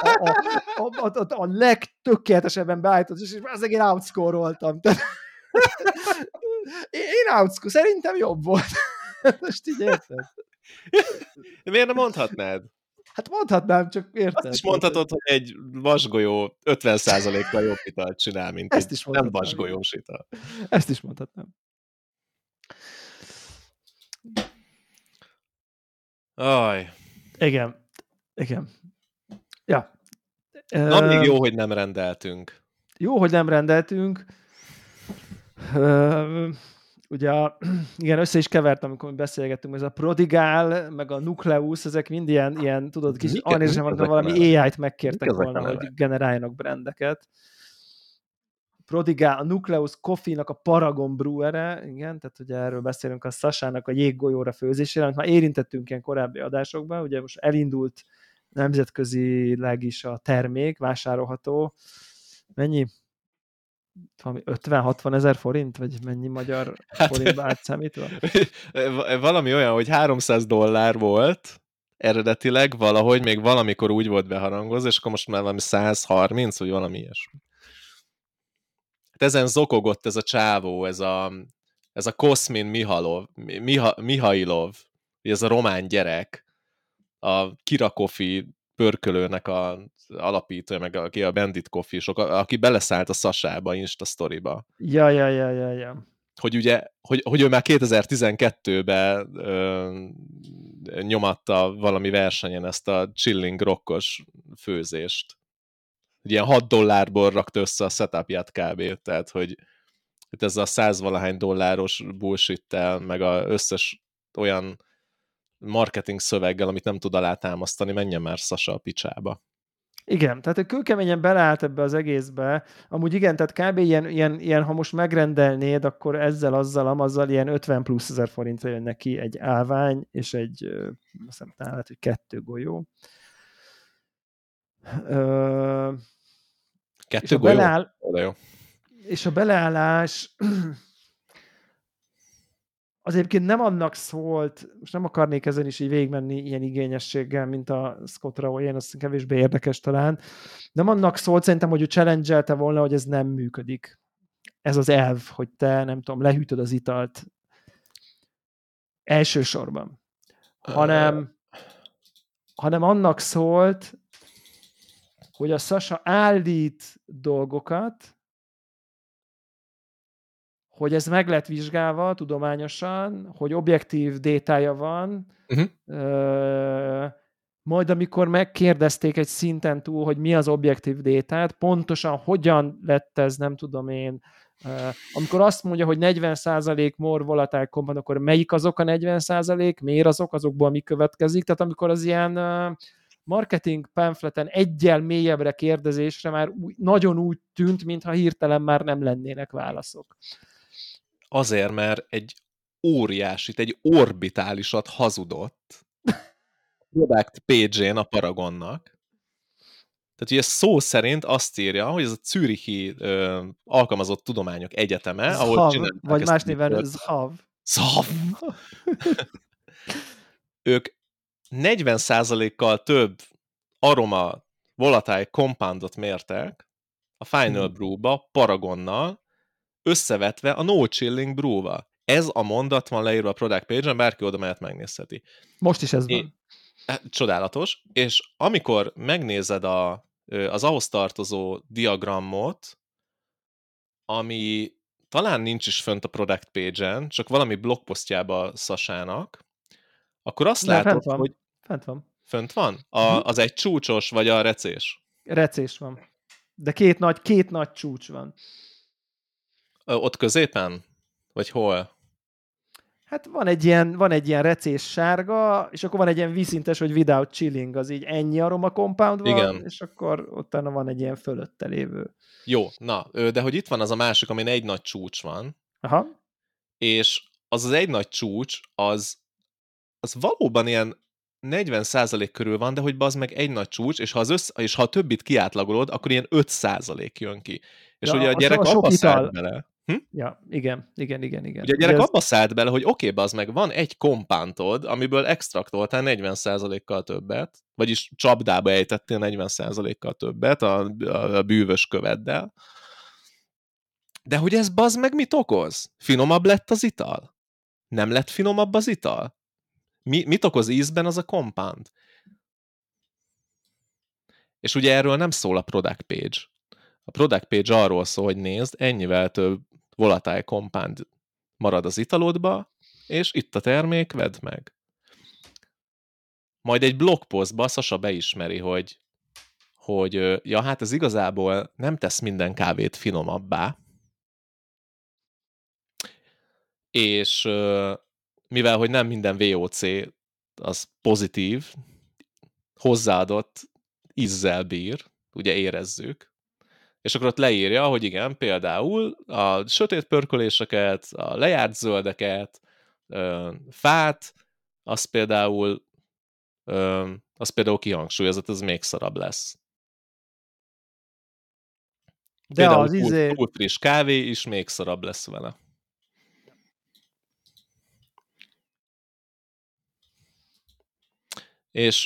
a legtökéletesebben beállított, és azért én outscore-oltam. Én outscore, szerintem jobb volt. Most így érted? Miért nem mondhatnád? Hát mondhatnám, csak érted. Azt is mondhatod, hogy egy vasgolyó 50%-kal jobb italt csinál, mint ezt egy is nem vasgolyós ital. Ezt is mondhatnám. Aj. Igen. Ja. Na, még jó, hogy nem rendeltünk. Jó, hogy nem rendeltünk. Ugye, igen, össze is kevertem, amikor beszélgettünk, ez a Prodigál, meg a Nucleus, ezek mind ilyen tudod, kis anézem, amikor valami AI-t megkértek volna, hogy generáljanak brandeket. Prodigál, a Nucleus Coffee-nak a Paragon Brewer-e, igen, tehát ugye erről beszélünk a Sasának a jéggolyóra főzésére, amit már érintettünk ilyen korábbi adásokban, ugye most elindult nemzetközileg is a termék, vásárolható. Mennyi? 50-60 ezer forint? Vagy mennyi magyar forintba átszámítva? Valami olyan, hogy $300 volt eredetileg, valahogy még valamikor úgy volt beharangozva, és akkor most már valami 130, vagy valami ilyesmi. Ezen zokogott ez a csávó, ez a Koszmin Mihailov, ez a román gyerek, a Kirakofi pörkölőnek a alapítója, meg aki a Bandit Coffee, aki beleszállt a Sasába, Insta sztoriba. Ja. Hogy ugye, hogy ő már 2012-ben nyomatta valami versenyen ezt a chilling rockos főzést. Ilyen $6 rakta össze a setupját kb. Tehát, hogy ez a 100-valahány dolláros bullshit-tel, meg az összes olyan marketing szöveggel, amit nem tud alátámasztani, menjen már Sasa a picsába. Igen, tehát ő kőkeményen beleállt ebbe az egészbe. Amúgy igen, tehát kb. Ilyen, ha most megrendelnéd, akkor azzal ilyen 50 plusz ezer forintra jön neki egy állvány, és egy, azt hiszem, lehet, hogy 2 golyó. 2 golyó? És a beleállás az egyébként nem annak szólt, most nem akarnék ezen is így végigmenni ilyen igényességgel, mint a Scott Rowley, én azt kevésbé érdekes talán. Nem annak szólt szerintem, hogy ő challenge-elte volna, hogy ez nem működik. Ez az elv, hogy te, nem tudom, lehűtöd az italt elsősorban. Hanem annak szólt, hogy a Sasa állít dolgokat, hogy ez meg lett vizsgálva tudományosan, hogy objektív détája van, majd amikor megkérdezték egy szinten túl, hogy mi az objektív détát, pontosan hogyan lett ez, nem tudom én, amikor azt mondja, hogy 40% more volatile compound, akkor melyik azok a 40%, miért azokból mi következik, tehát amikor az ilyen marketing pamfleten egyel mélyebbre kérdezésre már nagyon úgy tűnt, mintha hirtelen már nem lennének válaszok. Azért, mert egy óriásit, egy orbitálisat hazudott product page-én a Paragonnak. Tehát ugye szó szerint azt írja, hogy ez a Zürichi Alkalmazott Tudományok Egyeteme, ahol csinálták vagy más néven ZHAV. ZHAV! Ők 40%-kal több aroma volatile compoundot mértek a Final Brew-ba Paragonnal, összevetve a No Chilling Brew-val. Ez a mondat van leírva a product page-en, bárki oda mehet megnézheti. Most is ez van. Csodálatos, és amikor megnézed az ahhoz tartozó diagramot, ami talán nincs is fönt a product page-en, csak valami blogposztjába Sasának, akkor azt látod, hogy... Fent van. Fönt van? Az egy csúcsos, vagy a recés? Recés van. De két nagy csúcs van. Ott középen? Vagy hol? Hát van egy ilyen recés sárga, és akkor van egy ilyen vízszintes, hogy without chilling, az így ennyi aroma compound van, igen. És akkor utána van egy ilyen fölötte lévő. Jó, na, de hogy itt van az a másik, amin egy nagy csúcs van, aha. És az egy nagy csúcs, az valóban ilyen 40% körül van, de hogy bazd meg egy nagy csúcs, és ha a többit kiátlagolod, akkor ilyen 5% jön ki. És ugye a gyerek abba szállt bele. Ja, igen. Ugye a gyerek abba szállt bele, hogy oké, bazd meg, van egy kompántod, amiből extraktoltál 40%-kal többet, vagyis csapdába ejtettél 40%-kal többet a bűvös követdel. De hogy ez bazd meg mit okoz? Finomabb lett az ital? Nem lett finomabb az ital? Mit okoz ízben az a compound? És ugye erről nem szól a product page. A product page arról szól, hogy nézd, ennyivel több volatile compound marad az italodba, és itt a termék, vedd meg. Majd egy blogpostba Sasa beismeri, hogy ja, hát ez igazából nem tesz minden kávét finomabbá, és mivel, hogy nem minden VOC az pozitív, hozzáadott ízzel bír, ugye érezzük, és akkor ott leírja, hogy igen, például a sötét pörköléseket, a lejárt zöldeket, fát, az például kihangsúlyozott, ez még szarabb lesz. De például az túl friss kávé is még szarabb lesz vele. És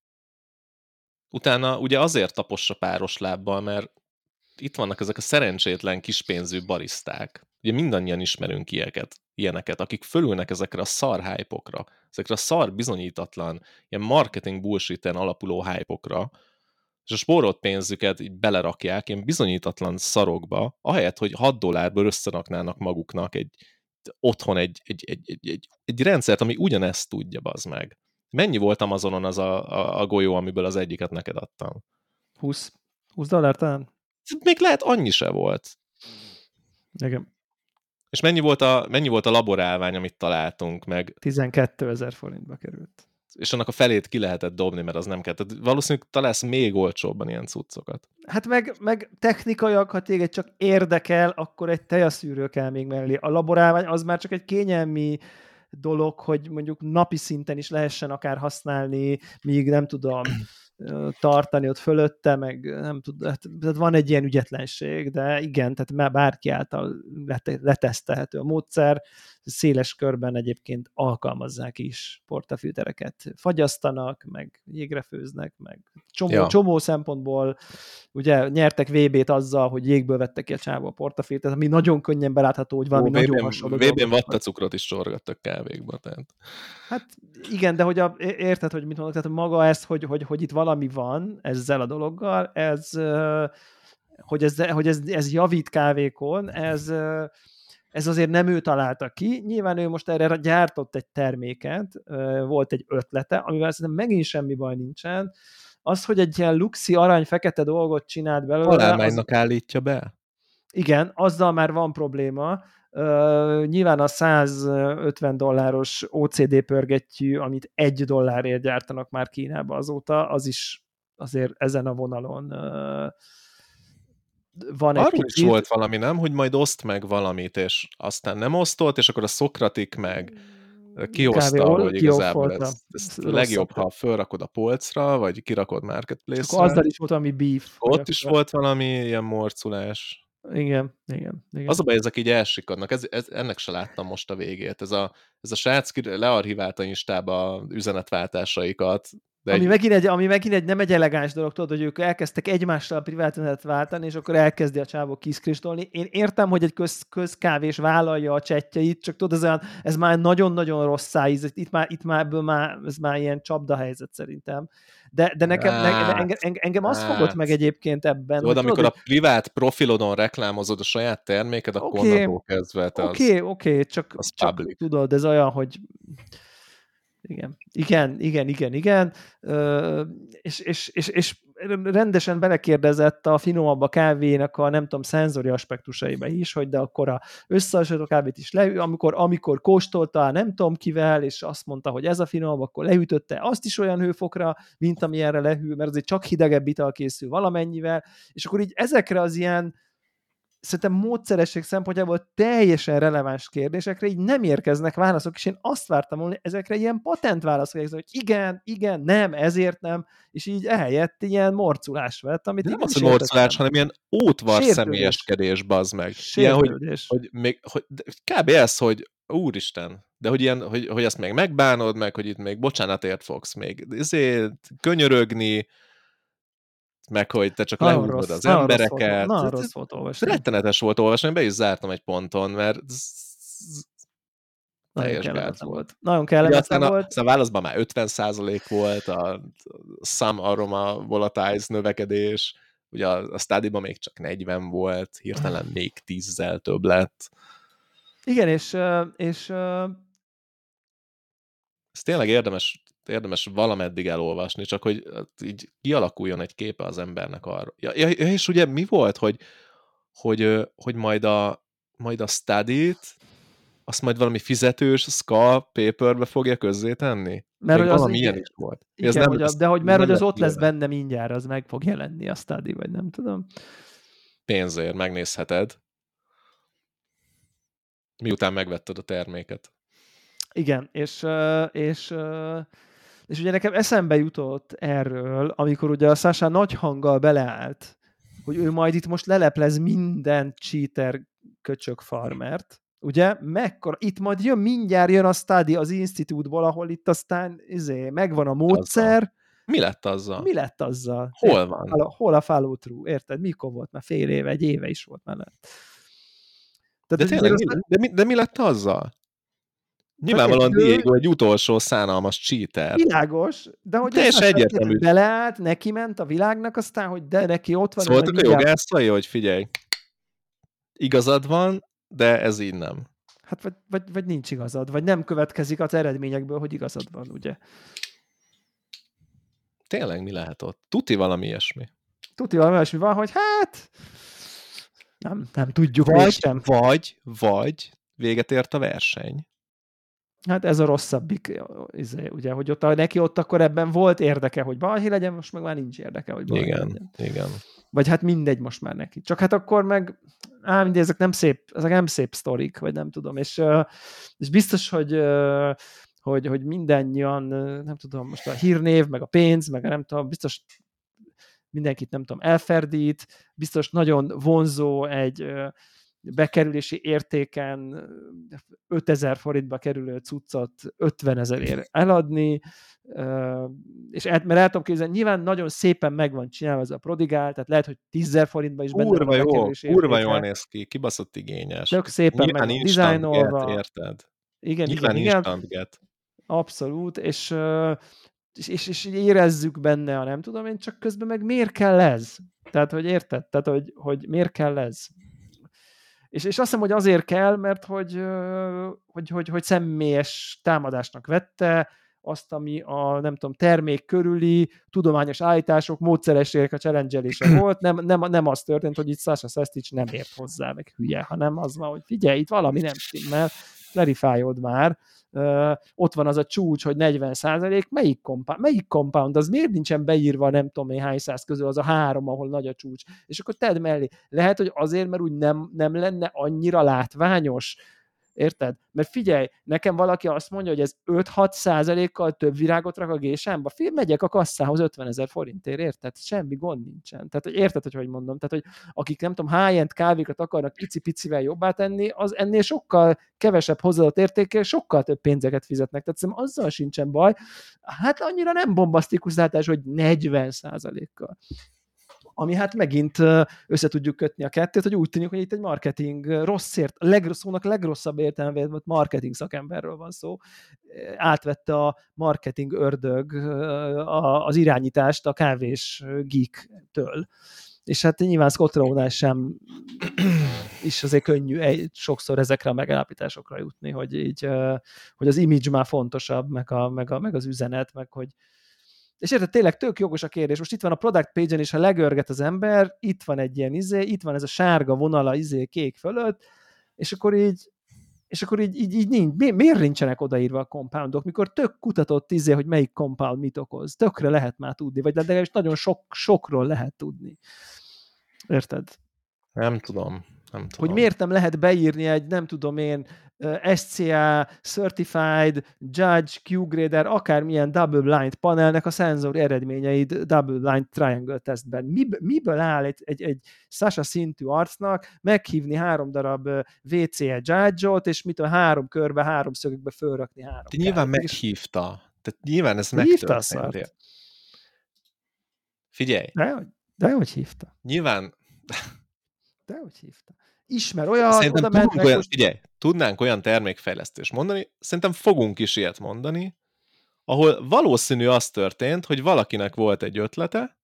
utána ugye azért tapossa páros lábbal, mert itt vannak ezek a szerencsétlen kispénzű bariszták. Ugye mindannyian ismerünk ilyeneket, akik fölülnek ezekre a szar hype-okra, ezekre a szar bizonyítatlan, ilyen marketing bullshit-en alapuló hype-okra, és a spórolt pénzüket így belerakják ilyen bizonyítatlan szarokba, ahelyett, hogy $6 összeraknának maguknak otthon egy rendszert, ami ugyanezt tudja, bazd meg. Mennyi volt Amazonon az a golyó, amiből az egyiket neked adtam? 20 $20 talán? Még lehet annyi se volt. Igen. És mennyi volt a laborálvány, amit találtunk meg? 12 000 forintba került. És annak a felét ki lehetett dobni, mert az nem kell. Tehát valószínűleg találsz még olcsóbban ilyen cuccokat. Hát meg technikaiak, ha téged csak érdekel, akkor egy tejaszűrő kell még mellé. A laborálvány az már csak egy kényelmi dolog, hogy mondjuk napi szinten is lehessen akár használni, míg nem tudom tartani ott fölötte, meg nem tudom, tehát van egy ilyen ügyetlenség, de igen, tehát már bárki által letesztelhető a módszer, széles körben egyébként alkalmazzák is portafiltereket. Fagyasztanak, meg jégre főznek, meg csomó szempontból ugye nyertek VB-t azzal, hogy jégből vettek ki a csávó a portafiltert, ami nagyon könnyen belátható, hogy valami nagyon hasonló. VB-n vattacukrot is sorgattak kávékba. Tehát. Hát igen, de hogy érted, hogy mit mondok, tehát maga ez, hogy itt valami van ezzel a dologgal, hogy ez javít kávékon, ez azért nem ő találta ki. Nyilván ő most erre gyártott egy terméket, volt egy ötlete, amivel szerintem megint semmi baj nincsen. Az, hogy egy ilyen luxi arany-fekete dolgot csinált belőle... Találmánynak állítja be? Igen, azzal már van probléma. Nyilván a $150 OCD pörgettyű, amit $1 gyártanak már Kínába azóta, az is azért ezen a vonalon van egy arról is volt valami, nem? Hogy majd oszt meg valamit, és aztán nem osztolt, és akkor a Szokratik meg kihozta, hogy igazából ez legjobb, ha fölrakod a polcra, vagy kirakod marketplace-re. Akkor azzal is volt valami beef. Ott is volt valami ilyen morculás. Igen. Az a baj, ezek így elsikadnak. Ennek se láttam most a végét. Ez a srác learchiválta Instába üzenetváltásaikat. Ami megint egy nem egy elegáns dolog, tudod, hogy ők elkezdtek egymással a privát üzenetet váltani, és akkor elkezdi a csávó kiszkristolni. Én értem, hogy egy közkávés vállalja a csetjeit, csak tudod, ez már nagyon-nagyon rossz szájíz. Itt már ez már ilyen csapdahelyzet szerintem. De engem azt fogott meg egyébként ebben. Tudod, amikor a privát profilodon reklámozod a saját terméket, akkor onnantól kezdve Oké, csak tudod, ez olyan, hogy igen. És rendesen belekérdezett a finomabb a kávénak a nem tudom, szenzori aspektusaiba is, hogy de akkor a összehasonlító kávét is amikor kóstolta nem tudom kivel, és azt mondta, hogy ez a finomabb, akkor leütötte azt is olyan hőfokra, mint amilyenre lehűl, mert azért csak hidegebb ital készül valamennyivel, és akkor így ezekre az ilyen szerintem módszeresség szempontjából teljesen releváns kérdésekre így nem érkeznek válaszok, és én azt vártam volna, ezekre ilyen patent válaszok, hogy igen, nem, ezért nem, és így ehelyett ilyen morculás vett, amit nem az, hogy morculás, hanem ilyen ótvar személyeskedés, bazd meg. Ilyen, hogy kb. Ez, hogy úristen, de hogy ilyen, hogy ezt még megbánod, meg hogy itt még bocsánatért fogsz még könyörögni, meg hogy te csak lehúzod az embereket. Nagyon rossz volt olvasni. Rettenetes volt olvasni, be is zártam egy ponton, mert teljes gáz volt. Nagyon kellemetlen volt. Aztán a válaszban már 50% volt, a some aroma volatiles növekedés, ugye a Study-ban még csak 40 volt, hirtelen még 10-zel több lett. Igen, és ez tényleg érdemes valameddig elolvasni, csak hogy így kialakuljon egy képe az embernek arra. Ja, és ugye mi volt, hogy majd a Study-t azt majd valami fizetős Ska paperbe fogja közzétenni? Mert még valami ilyen is volt. Igen, mert az ott lesz benne mindjárt, az meg fog jelenni a Study, vagy nem tudom. Pénzért megnézheted. Miután megvetted a terméket. Igen, és ugye nekem eszembe jutott erről, amikor ugye a Sasha nagy hanggal beleállt, hogy ő majd itt most leleplez minden cheater köcsög farmert, ugye? Itt majd mindjárt jön a Study az Institute-ból, ahol itt aztán megvan a módszer. Azzal. Mi lett azzal? Hol van? Hol a follow through, érted? Mikor volt? Már fél éve, egy éve is volt mellett. De tényleg, de mi lett azzal? Nyilvánvalóan Diego egy utolsó szánalmas cheater. Világos, de hogy teljesen egyértelmű. Beleállt, neki ment a világnak, aztán, hogy de neki ott van. Szóltak a jogászai, hogy figyelj, igazad van, de ez így nem. Hát vagy nincs igazad, vagy nem következik az eredményekből, hogy igazad van, ugye? Tényleg mi lehet ott? Tuti valami ilyesmi. Tuti valami ilyesmi van, hogy hát nem tudjuk mégsem. Vagy véget ért a verseny. Hát ez a rosszabbik, ugye, hogy ott neki ott akkor ebben volt érdeke, hogy balhé legyen, most meg már nincs érdeke, hogy balhé legyen. Igen. Vagy hát mindegy most már neki. Csak hát akkor meg, mindegy, ezek nem szép sztorik, vagy nem tudom, és biztos, hogy mindannyian, nem tudom, most a hírnév, meg a pénz, meg nem tudom, biztos mindenkit, nem tudom, elferdít, biztos nagyon vonzó egy bekerülési értéken 5000 forintba kerülő cuccot 50 000-ért eladni, és mert el tudom képzelni, nyilván nagyon szépen meg van csinálva ez a prodigál, tehát lehet, hogy 10 000 forintba is benne van a bekerülési értéke. Kurva jól néz ki, kibaszott igényes. Tök szépen meg van dizájnolva. Érted? Igen. Abszolút, és érezzük benne a nem tudom én, csak közben meg miért kell ez? Tehát, hogy érted? Tehát, hogy miért kell ez? És azt hiszem, hogy azért kell, mert hogy személyes támadásnak vette azt, ami a, nem tudom, termék körüli tudományos állítások módszerességek a challenge-elése volt. Nem az történt, hogy itt Sasha Sestic nem ért hozzá, meg hülye, hanem az van, hogy figyelj, itt valami nem stimmel, clarifáljod már. Ott van az a csúcs, hogy 40%, melyik compound, az miért nincsen beírva, nem tudom én hány száz közül, az a 3, ahol nagy a csúcs, és akkor tedd mellé. Lehet, hogy azért, mert úgy nem lenne annyira látványos, érted? Mert figyelj, nekem valaki azt mondja, hogy ez 5-6%-kal több virágot rak a gésámba, megyek a kasszához 50 000 forintért, érted? Semmi gond nincsen. Tehát, hogy érted, hogy mondom? Tehát, hogy akik nem tudom, high-end kávékat akarnak pici-picivel jobbá tenni, az ennél sokkal kevesebb hozzáadott értékkel, sokkal több pénzeket fizetnek. Tehát szerintem azzal sincsen baj. Hát annyira nem bombasztikus látás, hogy 40%-kal. Ami hát megint össze tudjuk kötni a kettőt, hogy úgy tűnik, hogy itt egy marketing szónak legrosszabb értelmében marketing szakemberről van szó. Átvette a marketing ördög az irányítást a kávés geek-től. És hát nyilván Scott Rowe-nál sem is azért könnyű sokszor ezekre a megállapításokra jutni, hogy az image már fontosabb, meg az üzenet, meg hogy és érted, tényleg tök jogos a kérdés. Most itt van a product page-en, és ha legörget az ember, itt van egy ilyen itt van ez a sárga vonala kék fölött, és akkor így nincs. Miért nincsenek odaírva a compoundok, mikor tök kutatott hogy melyik compound mit okoz. Tökre lehet már tudni, vagy legalábbis nagyon sokról lehet tudni. Érted? Nem tudom. Hogy miért nem lehet beírni egy, nem tudom én, SCA, Certified, Judge, Q-Grader, akármilyen double blind panelnek a szenzor eredményeid double blind triangle testben. Miből áll egy Sasha szintű arcnak meghívni 3 darab VCE Judge-ot, és mit a 3 körbe, 3 szögekbe fölrakni 3 De nyilván meghívta. Tehát nyilván ez megtörtént. Figyelj. De hogy hívta? Nyilván... De hogy hívta? Ismer olyan, tudnánk olyan termékfejlesztést mondani, szerintem fogunk is ilyet mondani, ahol valószínű az történt, hogy valakinek volt egy ötlete,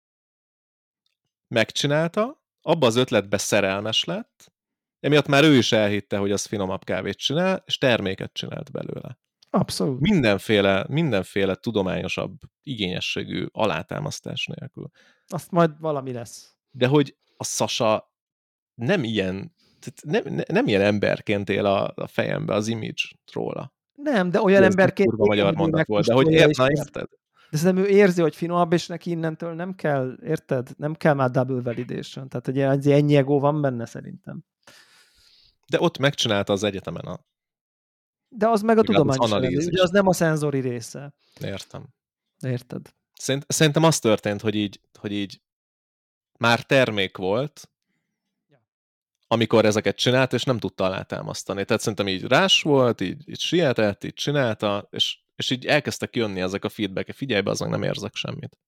megcsinálta, abba az ötletbe szerelmes lett, emiatt már ő is elhitte, hogy az finomabb kávét csinál, és terméket csinált belőle. Abszolút. Mindenféle tudományosabb igényességű alátámasztás nélkül. Azt majd valami lesz. De hogy a Sasha nem ilyen emberként él a fejembe az image róla. Nem, de olyan emberként magyar mondat volt, de hogy érted? De szerintem ő érzi, hogy finomabb, és neki innentől nem kell, érted? Nem kell már double validation. Tehát egy ennyi ego van benne szerintem. De ott megcsinálta az egyetemen de az meg a tudományos analízis. Ugye az nem a szenzori része. Értem. Érted? Szerintem az történt, hogy így már termék volt, amikor ezeket csinált, és nem tudta alátámasztani. Tehát szerintem így rás volt, így sietett, így csinálta, és így elkezdtek jönni ezek a feedback-e. Figyelj be, azon nem érzek semmit.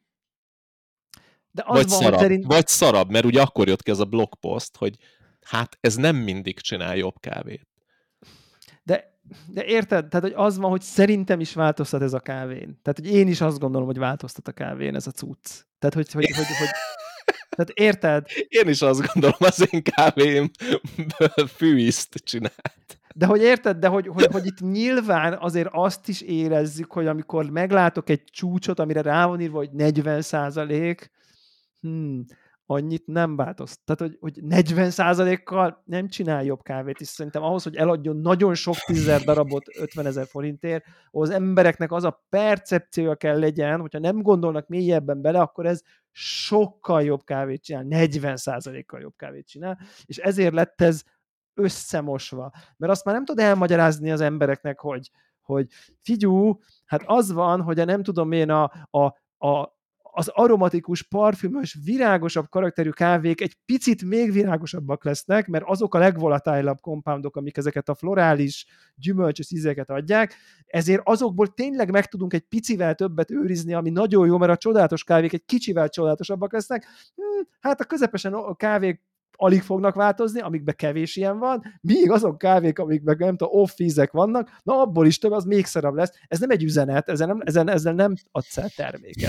De az vagy szarabb, mert ugye akkor jött ki ez a blogpost, hogy hát ez nem mindig csinál jobb kávét. De De érted? Tehát, hogy az van, hogy szerintem is változtat ez a kávén. Tehát, hogy én is azt gondolom, hogy változtat a kávén ez a cucc. Tehát, hogy tehát érted? Én is azt gondolom, az én kávém fűiszt csinált. De hogy érted? De hogy itt nyilván azért azt is érezzük, hogy amikor meglátok egy csúcsot, amire rá van írva, hogy 40%, annyit nem változt. Tehát, hogy 40%-kal nem csinál jobb kávét, és szerintem ahhoz, hogy eladjon nagyon sok 10 darabot 50 000 forintért, az embereknek az a percepciója kell legyen, hogyha nem gondolnak mélyebben bele, akkor ez sokkal jobb kávét csinál, 40%-kal jobb kávét csinál, és ezért lett ez összemosva. Mert azt már nem tud elmagyarázni az embereknek, hogy figyú, hát az van, hogy nem tudom én az aromatikus, parfümös, virágosabb karakterű kávék egy picit még virágosabbak lesznek, mert azok a legvolatálabb compoundok, amik ezeket a florális, gyümölcsös ízeket adják, ezért azokból tényleg meg tudunk egy picivel többet őrizni, ami nagyon jó, mert a csodálatos kávék egy kicsivel csodálatosabbak lesznek. Hát a közepesen a kávék alig fognak változni, amikben kevés ilyen van, míg azok kávék, amikben nem tudom, off-ízek vannak, na abból is több, az még szarabb lesz. Ez nem egy üzenet, ezzel nem adsz el terméket.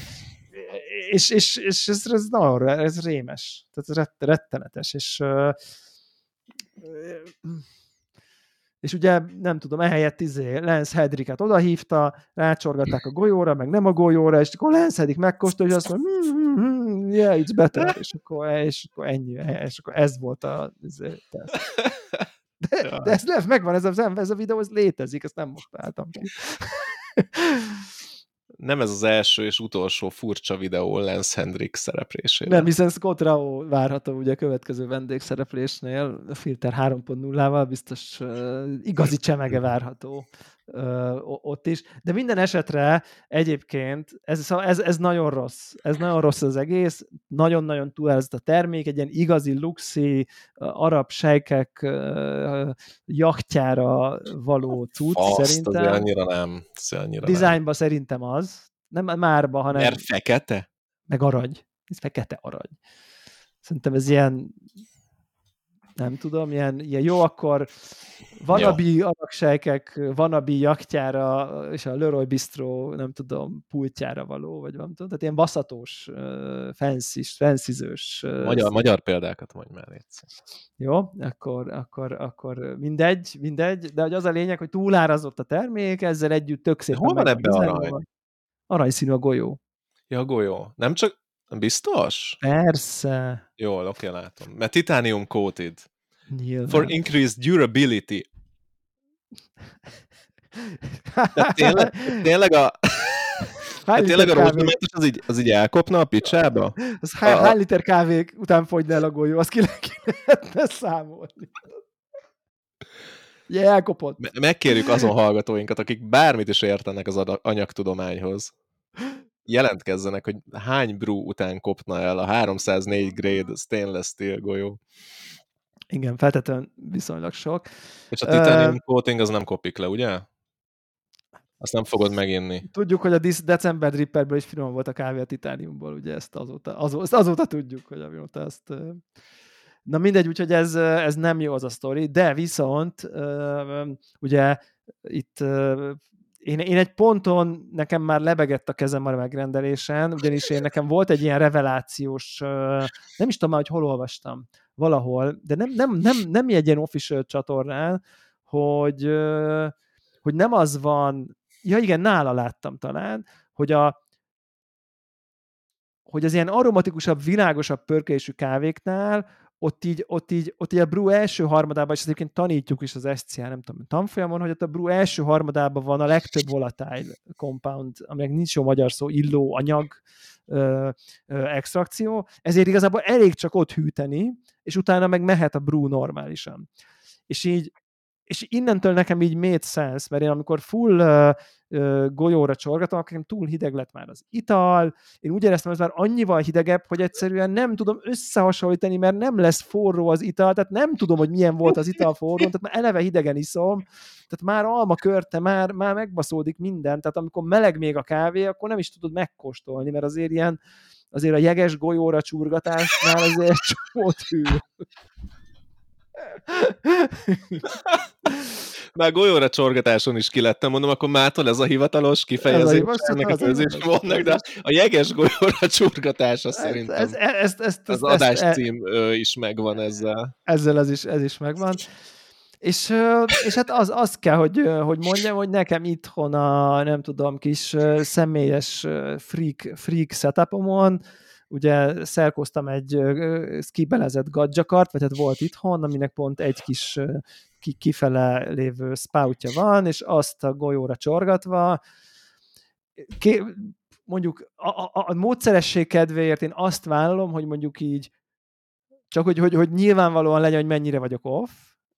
És ez nagyon ez rémes. Tehát rettenetes. És ugye, nem tudom, ehelyett Lance Hedricket odahívta, rácsorgatták a golyóra, meg nem a golyóra, és akkor Lance Hedrick megkóstolja, és azt mondja, yeah, it's better, és akkor ennyi, és akkor ez volt a teszt. De ez megvan, ez a videó, ez létezik, ezt nem most találtam ki. Nem ez az első és utolsó furcsa videó Lance Hendrick szereplésére. Nem, hiszen Scott Rao várható ugye a következő vendégszereplésnél, a Filter 3.0-val biztos igazi csemege várható ott is. De minden esetre egyébként ez nagyon rossz. Ez nagyon rossz az egész. Nagyon-nagyon túlzott a termék. Egy ilyen igazi luxi, arab sejkek jachtjára való cucc szerintem. Azért annyira nem. Dizájnban szerintem az. Nem márba, hanem... Mert fekete? Meg arany. Ez fekete arany. Szerintem ez ilyen, nem tudom, ilyen jó, akkor vanabi araksejkek, vanabi jachtjára, és a Leroy Bistro, nem tudom, pultjára való, vagy nem tudom, tehát ilyen baszatós, fancyzős. Magyar példákat mondj már egyszer. Jó, akkor mindegy, de hogy az a lényeg, hogy túlárazott a termék, ezzel együtt tök szépen. Hol van ebben arany? Aranyszínű a golyó. Ja, a golyó. Nem csak... Biztos? Persze. Jól, oké, látom. Mert titanium coated. Nyilván. For increased durability. Tehát tényleg a... tényleg a rozsdamentes az így elkopna a picsába? Hány liter kávék után fogyna el a golyó, azt ki lehetne számolni. Ugye elkopott. Megkérjük azon hallgatóinkat, akik bármit is értenek az anyagtudományhoz. Jelentkezzenek, hogy hány brew után kopna el a 304 grade stainless steel golyó. Igen, feltétlenül viszonylag sok. És a titanium coating az nem kopik le, ugye? Azt nem fogod meginni. Tudjuk, hogy a December Dripperből is finom volt a kávé a titániumból, ugye ezt azóta tudjuk, hogy amióta ezt... Na mindegy, úgyhogy ez nem jó az a sztori, de viszont ugye itt én egy ponton nekem már lebegett a kezem a megrendelésen, ugyanis nekem volt egy ilyen revelációs, nem is tudom már, hogy hol olvastam, valahol, de nem egy ilyen official csatornán, hogy nem az van, ja igen, nála láttam talán, hogy az ilyen aromatikusabb, világosabb pörkölésű kávéknál ott így a brew első harmadában, és egyébként tanítjuk is az SCA, nem tudom, tanfolyamon, hogy ott a brew első harmadában van a legtöbb volatile compound, aminek nincs jó magyar szó, illó anyag extrakció, ezért igazából elég csak ott hűteni, és utána meg mehet a brew normálisan. És innentől nekem így made sense, mert én amikor full golyóra csorgatom, akkor túl hideg lett már az ital, én úgy éreztem, hogy ez már annyival hidegebb, hogy egyszerűen nem tudom összehasonlítani, mert nem lesz forró az ital, tehát nem tudom, hogy milyen volt az ital forró, tehát már eleve hidegen iszom, tehát már alma körte, már megbaszódik minden, tehát amikor meleg még a kávé, akkor nem is tudod megkóstolni, mert azért a jeges golyóra csurgatásnál azért csomót hű. Már golyóra csorgatáson is kilettem, mondom, akkor mától ez a hivatalos kifejezés ennek a főzésmódnak, de a jeges golyóra csorgatása szerintem az adáscím is megvan ezzel. Ezzel ez is megvan. És hát az kell, hogy mondjam, hogy nekem itthon a, nem tudom, kis személyes freak setupomon, ugye szerkoztam egy kibelezett gadzsakart, vagy hát volt itthon, aminek pont egy kis kifele lévő spoutja van, és azt a golyóra csorgatva, mondjuk a módszeresség kedvéért én azt vállalom, hogy mondjuk így, csak hogy nyilvánvalóan legyen, hogy mennyire vagyok off,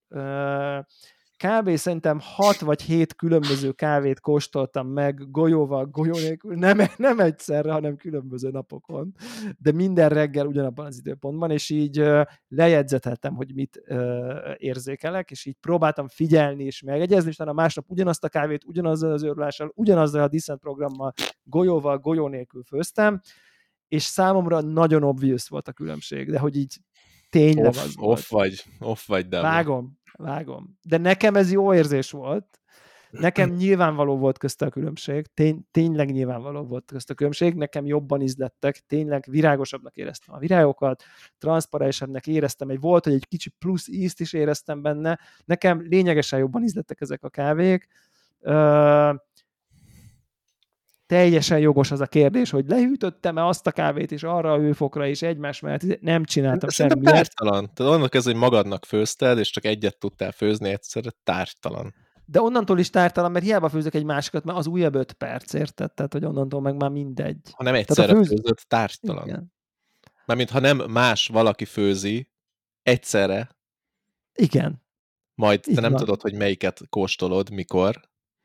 kb. Szerintem 6 vagy 7 különböző kávét kóstoltam meg golyóval, golyó nélkül, nem egyszerre, hanem különböző napokon, de minden reggel ugyanabban az időpontban, és így lejegyzeteltem, hogy mit érzékelek, és így próbáltam figyelni és megegyezni, és utána másnap ugyanazt a kávét, ugyanazzal az őrülással, ugyanazzal a Descent programmal, golyóval, golyó nélkül főztem, és számomra nagyon obvious volt a különbség, de hogy így tényleg az volt. Off vagy, de Vágom. De nekem ez jó érzés volt. Nekem nyilvánvaló volt közte a különbség. Tényleg nyilvánvaló volt közte a különbség. Nekem jobban ízlettek. Tényleg virágosabbnak éreztem a virágokat. Transzparensebbnek éreztem. Volt, hogy egy kicsi plusz ízt is éreztem benne. Nekem lényegesen jobban ízlettek ezek a kávék. Teljesen jogos az a kérdés, hogy lehűtöttem-e azt a kávét is arra a hőfokra is egymás mellett, nem csináltam semmit. Tártalan. Tehát annak ez, hogy magadnak főzted, és csak egyet tudtál főzni egyszerre, tártalan. De onnantól is tártalan, mert hiába főzök egy másikat, mert az újabb 5 perc, érted? Tehát, hogy onnantól meg már mindegy. Ha nem egyszerre főzött, tártalan. Igen. Mármint, ha nem más valaki főzi egyszerre, igen. Majd te nem tudod, hogy melyiket kóstolod, mikor.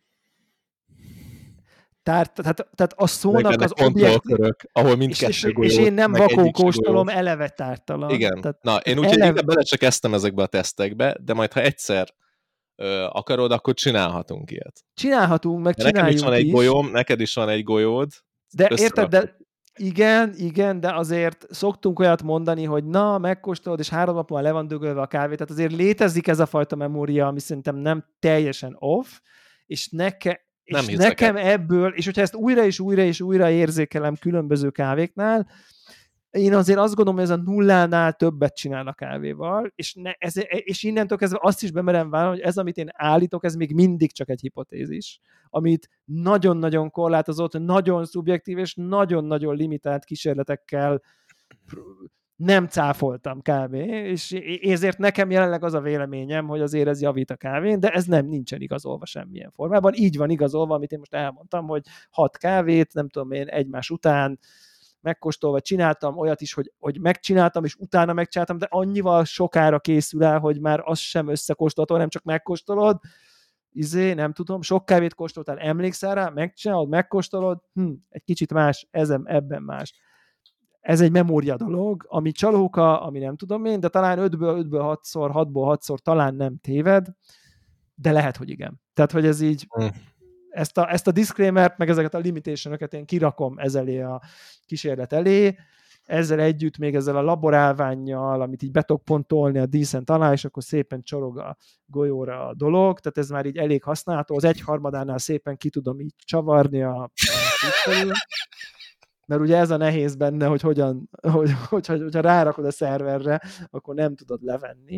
Tehát a szónak az objektív... ahol mindkettő golyó. És én nem vakó kóstolom, eleve tártalan. Igen. Tehát, én úgy inkább bele csak kezdtem ezekbe a tesztekbe, de majd ha egyszer akarod, akkor csinálhatunk ilyet. Csinálhatunk, meg csináljuk nekem is van egy golyóm, neked is van egy golyód. De érted, de igen, de azért szoktunk olyat mondani, hogy na, megkóstolod, és 3 nap múlva le van dögölve a kávé, tehát azért létezik ez a fajta memória, ami szerintem nem teljesen off, és nekem ebből, és hogyha ezt újra érzékelem különböző kávéknál, én azért azt gondolom, hogy ez a nullánál többet csinál a kávéval, és innentől kezdve azt is bemerem vállalni, hogy ez, amit én állítok, ez még mindig csak egy hipotézis, amit nagyon-nagyon korlátozott, nagyon szubjektív és nagyon-nagyon limitált kísérletekkel nem cáfoltam kb. És ezért nekem jelenleg az a véleményem, hogy azért ez javít a kávén, de ez nincsen igazolva semmilyen formában. Így van igazolva, amit én most elmondtam, hogy 6 kávét, nem tudom én, egymás után megkóstolva csináltam olyat is, hogy megcsináltam, és utána megcsináltam, de annyival sokára készül el, hogy már az sem összekóstolható, nem csak megkóstolod, nem tudom, sok kávét kóstoltál, emlékszel rá, megcsinálod, megkóstolod, egy kicsit más, ebben más. Ez egy memória dolog, ami csalóka, ami nem tudom én, de talán 5-ből 6-szor, 6-ból 6-szor talán nem téved, de lehet, hogy igen. Tehát, hogy ez így ezt a disclaimert, meg ezeket a limitationokat én kirakom ez elé a kísérlet elé, ezzel együtt még ezzel a laborálvánnyal, amit így be tudok pontolni a Descent alá, és akkor szépen csorog a golyóra a dolog, tehát ez már így elég használható, az 1/3-ánál szépen ki tudom így csavarni a mert ugye ez a nehéz benne, hogy hogyha rárakod a szerverre, akkor nem tudod levenni.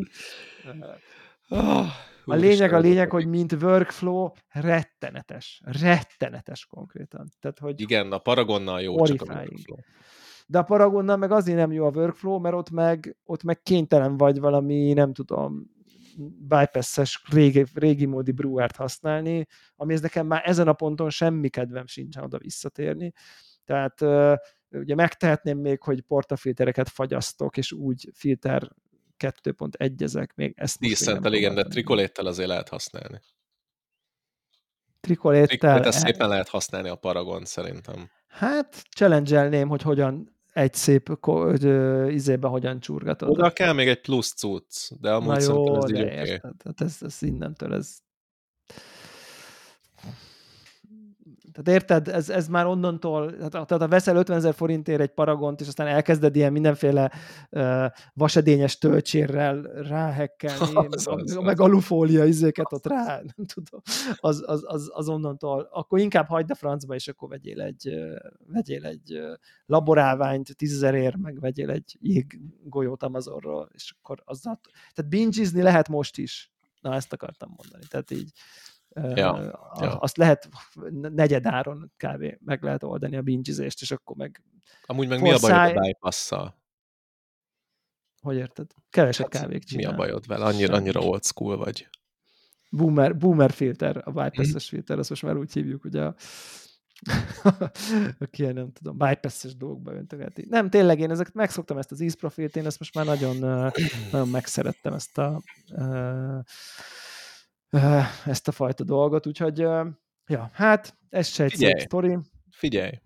A lényeg, hogy mint workflow rettenetes konkrétan. Tehát, hogy igen, a Paragonnal jó csak a workflow. De a Paragonnal meg azért nem jó a workflow, mert ott meg kénytelen vagy valami, nem tudom, bypass-es régi módi brewert használni, amihez nekem már ezen a ponton semmi kedvem sincsen oda visszatérni. Tehát ugye megtehetném még, hogy portafiltereket fagyasztok, és úgy filter 2.1-ezek, még ezt Decent-tel igen, de trikoléttel azért lehet használni. Trikoléttel szépen lehet használni a Paragon szerintem. Hát challenge-elném, hogy hogyan egy szép izébe hogyan csurgatod. Oda kell még egy plusz cucc, de amúgy szerintem ez így oké. Ez innentől ez Tehát érted, ez már onnantól, tehát veszel 50 000 forintért egy Paragont, és aztán elkezded ilyen mindenféle vasedényes töltsérrel ráhekkelni, meg alufólia izéket ott rá, nem tudom, az onnantól, akkor inkább hagyd a francba, és akkor vegyél egy laborálványt 10 000-ért, meg vegyél egy jéggolyót Amazonról, és akkor azzal, tehát binge-izni lehet most is. Na, ezt akartam mondani. Tehát így azt lehet negyedáron kb. Meg lehet oldani a binge-izést, és akkor meg... Amúgy meg mi a bajod a bypass-szal? Hogy érted? Keveset kávék csinál. Mi a bajod vele? Annyira old school vagy. Boomer filter, a bypass-es filter, azt most már úgy hívjuk, ugye aki nem tudom, bypass-es dolgokba öntögeti. Nem, tényleg én ezeket megszoktam, ezt az ízprofilt, én ezt most már nagyon megszerettem, ezt a fajta dolgot, úgyhogy ja, hát ez se egy szép sztori. Figyelj!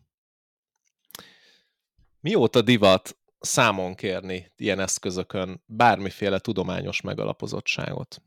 Mióta divat számon kérni ilyen eszközökön bármiféle tudományos megalapozottságot?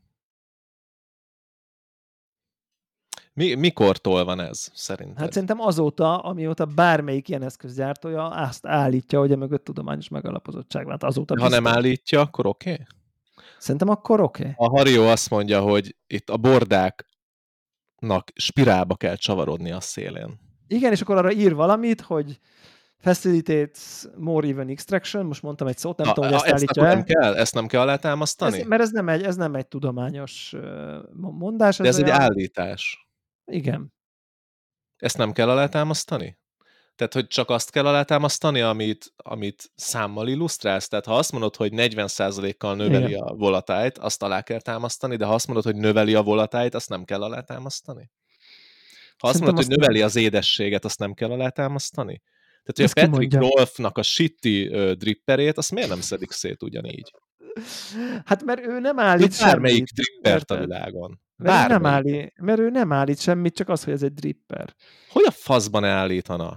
Mikortól van ez, szerinted? Hát szerintem azóta, amióta bármelyik ilyen eszközgyártója azt állítja, hogy mögött tudományos megalapozottság van. Azóta ha nem állítja, akkor oké? Okay? Szerintem akkor oké. Okay. A Hario azt mondja, hogy itt a bordáknak spirálba kell csavarodni a szélén. Igen, és akkor arra ír valamit, hogy facilitates more even extraction, most mondtam egy szót, nem tudom, hogy ezt állítja el. Ezt nem kell alátámasztani? Mert ez nem egy tudományos mondás. De ez egy állítás. Igen. Ezt nem kell alátámasztani? Tehát, hogy csak azt kell alátámasztani, amit számmal illusztrálsz? Tehát, ha azt mondod, hogy 40%-kal növeli igen. a volatályt, azt alá kell támasztani, de ha azt mondod, hogy növeli a volatályt, azt nem kell alátámasztani? Ha azt mondod, hogy növeli az édességet, azt nem kell alátámasztani? Tehát, hogy a Patrick Rolfnak a shitty dripperét, azt miért nem szedik szét ugyanígy? Hát, mert ő nem állít semmit. Bármelyik drippert a világon. Mert ő nem állít semmit, csak az, hogy ez egy dripper. Hogy a faszban állítana?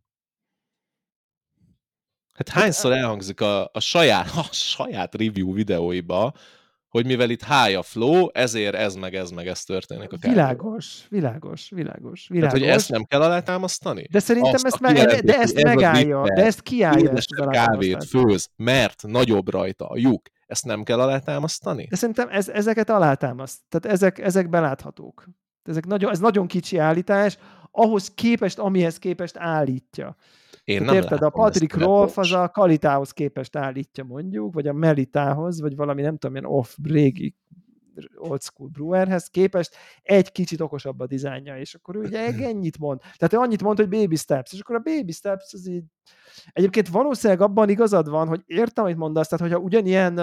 Hát hányszor elhangzik a saját review videóiba, hogy mivel itt high a flow, ezért ez történik a kávéban. Világos. Tehát, hogy ezt nem kell alátámasztani? De szerintem ezt megállja, de ezt kiállja. Édesebb kávét főz, mert nagyobb rajta a lyuk. Ezt nem kell alátámasztani? De szerintem ezeket alátámaszt. Tehát ezek beláthatók. Ez nagyon kicsi állítás, ahhoz képest, amihez képest állítja. Én nem érted, a Patrick Rolf az a Kalitához képest állítja mondjuk, vagy a Melitához, vagy valami nem tudom, ilyen régi old school brewerhez képest egy kicsit okosabb a dizájnja, és akkor ő ugye ennyit mond. Tehát ő annyit mond, hogy baby steps, és akkor a baby steps az így... Egyébként valószínűleg abban igazad van, hogy értem, amit mondasz, tehát hogyha ugyanilyen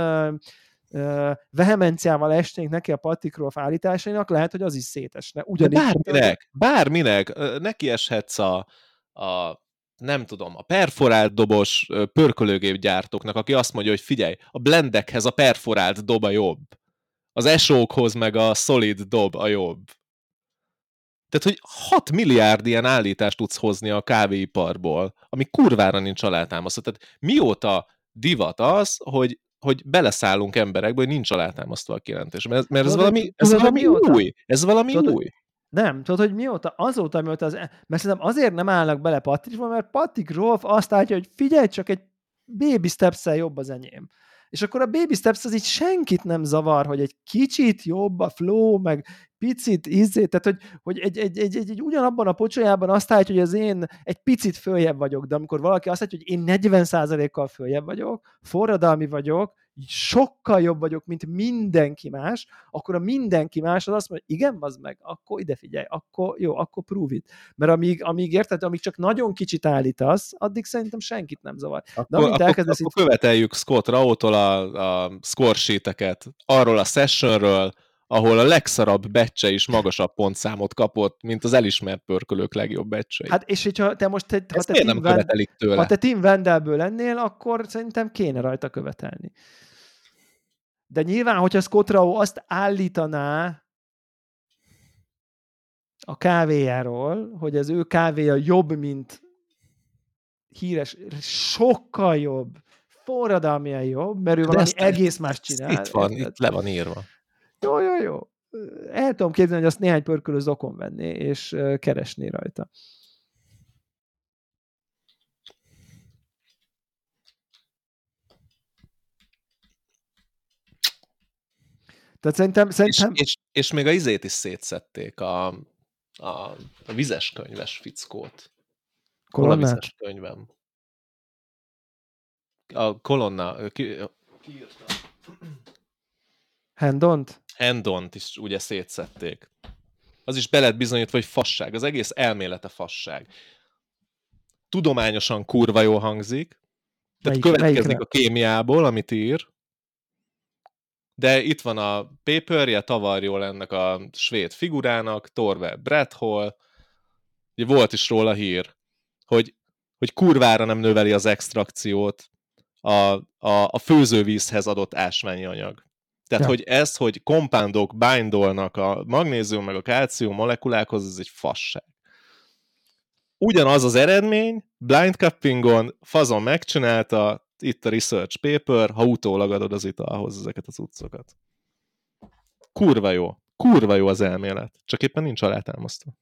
vehemenciával esnénk neki a Patrick Rolf állításainak, lehet, hogy az is szétesne. Bárminek. Neki eshetsz a nem tudom, a perforált dobos pörkölőgépgyártóknak, aki azt mondja, hogy figyelj, a blendekhez a perforált dob a jobb. Az esókhoz meg a solid dob a jobb. Tehát, hogy 6 milliárd ilyen állítást tudsz hozni a kávéiparból, ami kurvára nincs alátámasztva. Tehát mióta divat az, hogy beleszállunk emberekbe, hogy nincs alátámasztva a kijelentés. Mert ez valami új. Ez valami új. Nem, tudod, hogy mióta? Azóta, mióta mert szerintem azért nem állnak bele Patrickba, mert Patrick Rolf azt állítja, hogy figyelj csak, egy baby steps-szel jobb az enyém. És akkor a baby steps az így senkit nem zavar, hogy egy kicsit jobb a flow, meg picit tehát hogy egy ugyanabban a pocsolyában azt állítja, hogy az én egy picit följebb vagyok, de amikor valaki azt állítja, hogy én 40%-kal följebb vagyok, forradalmi vagyok, sokkal jobb vagyok, mint mindenki más, akkor a mindenki más az azt mondja, hogy igen, az meg, akkor ide figyelj, akkor jó, akkor prove it. Mert amíg érted, amíg csak nagyon kicsit állítasz, addig szerintem senkit nem zavar. Akkor követeljük Scott Rao-tól a score sheeteket arról a sessionről, ahol a legszarabb becse is magasabb pontszámot kapott, mint az elismert pörkölők legjobb becsei. Hát és hogyha te most ha te Tim Wendelből lennél, akkor szerintem kéne rajta követelni. De nyilván, hogyha Scott Rao azt állítaná a kávéjáról, hogy az ő kávéja jobb, mint híres, sokkal jobb, forradalmian jobb, mert ő valami egész más csinál. Itt le van írva. Jó. el tudom képzelni, hogy azt néhány pörkölő zokon venné, és keresné rajta. Tehát szerintem... És még a izét is szétszették, a vizes könyves fickót. Hol a vizes könyvem? A kolonna... Ki írta? Hendont is ugye szétszették. Az is be lett bizonyítva, hogy fasság. Az egész elmélete fasság. Tudományosan kurva jól hangzik, tehát következik a kémiából, amit ír, de itt van a paperje, tavarjól ennek a svéd figurának, Torve Bradhall, ugye volt is róla hír, hogy kurvára nem növeli az extrakciót a főzővízhez adott ásványi anyag. Tehát, hogy kompándok bindolnak a magnézium meg a kálcium molekulákhoz, ez egy fasság. Ugyanaz az eredmény, blind cuppingon, fazon megcsinálta, itt a research paper, ha utólag adod az italhoz ezeket az utcokat. Kurva jó az elmélet, csak éppen nincs alátámasztva.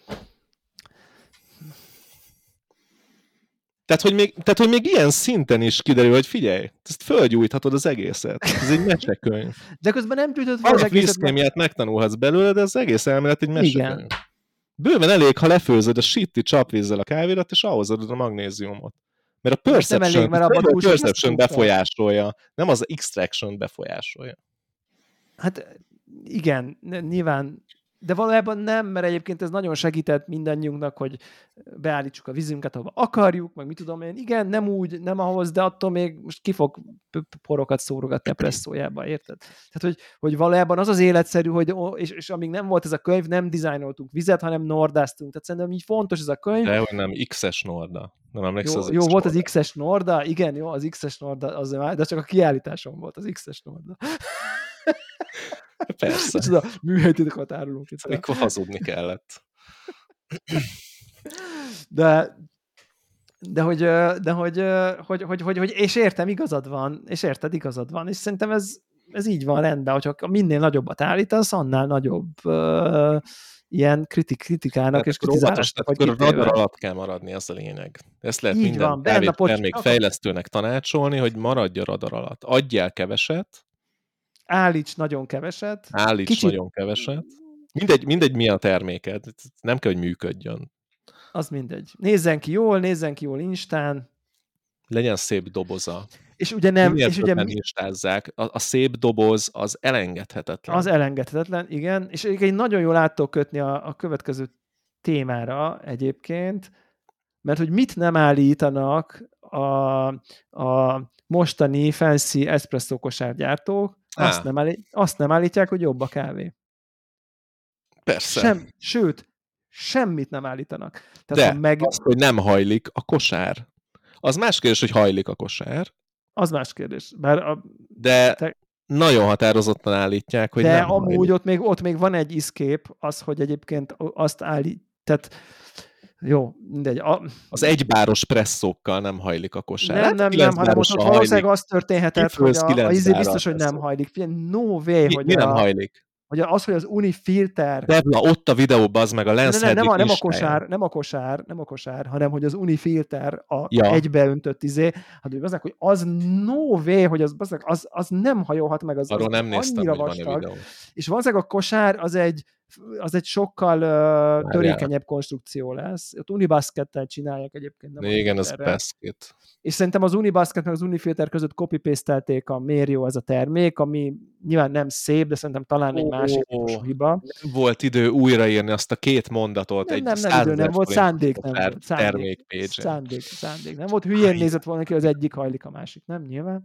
Tehát, hogy még ilyen szinten is kiderül, hogy figyelj, ezt fölgyújthatod az egészet. Ez egy mesekönyv. De közben nem gyújtod fel az egészet. Vízkémiát megtanulhatsz belőle, de az egész elmélet egy mesekönyv. Igen. Bőven elég, ha lefőzöd a shitti csapvízzel a kávérat, és ahhoz adod a magnéziumot. Mert a perception befolyásolja, nem az extraction befolyásolja. Hát igen, nyilván, de valójában nem, mert egyébként ez nagyon segített mindannyiunknak, hogy beállítsuk a vízünket, ahova akarjuk, meg mit tudom én. Igen, nem úgy, nem ahhoz, de attól még most ki fog porokat szórogatni a presszójába, érted? Tehát, hogy valójában az az életszerű, hogy, és amíg nem volt ez a könyv, nem dizájnoltunk vizet, hanem nordáztunk. Tehát szerintem így fontos ez a könyv. De hogy nem, X-es norda. Nem emlékszel az jó volt az X-es norda, igen, jó, az X-es norda, az már, de csak a kiállításon volt az X-es norda. Persze. Micsoda műhelytiteket árulunk itt. Amikor hazudni kellett. De hogy és értem, igazad van, és érted, igazad van, és szerintem ez így van rendben, hogyha minél nagyobbat állítasz, annál nagyobb ilyen kritikának tehát és kritizálásnak. Akkor a radar alatt kell maradni, az a lényeg. Ezt lehet így minden termékfejlesztőnek tanácsolni, hogy maradj a radar alatt. Adjál keveset, állíts nagyon keveset. Nagyon keveset. Mindegy mi a terméked. Nem kell, hogy működjön. Az mindegy. Nézzen ki jól instán. Legyen szép doboza. És ugye nem... És ugye instázzák. A szép doboz az elengedhetetlen. Az elengedhetetlen, igen. És egy nagyon jól át tudok kötni a következő témára egyébként, mert hogy mit nem állítanak a mostani fancy espresso kosárgyártók, azt nem állítják, hogy jobb a kávé. Persze. Sőt, semmit nem állítanak. Tehát, de azt, hogy nem hajlik a kosár. Az más kérdés, hogy hajlik a kosár. Az más kérdés. Nagyon határozottan állítják, hogy de nem amúgy ott még van egy escape, az, hogy egyébként azt állít, tehát jó, mindegy. Az egybáros presszókkal nem hajlik a kosár. Nem, hanem ott valószínűleg az történhetett, hogy a biztos, hogy nem hajlik. No way, hogy nem hajlik? Hogy hogy az Unifilter... Devla, ott a videóban az meg a Lens nem a kosár, hanem hogy az Unifilter egybeöntött hát hogy az no way, hogy az nem hajolhat meg, az arról nem néztem, annyira vastag. És valószínűleg a kosár az egy sokkal törékenyebb konstrukció lesz. Ott Unibasket-tel csinálják egyébként. Nem igen, az basket. És szerintem az Unibasket meg az Unifilter között copy-pastelték a miért jó ez a termék, ami nyilván nem szép, de szerintem talán egy másik típusú hiba. Nem volt idő újraírni azt a két mondatot. Nem volt, szándék nem volt. Termékpage-en. Szándék. Nem volt, hülyén nézett volna ki, az egyik hajlik, a másik nem, nyilván.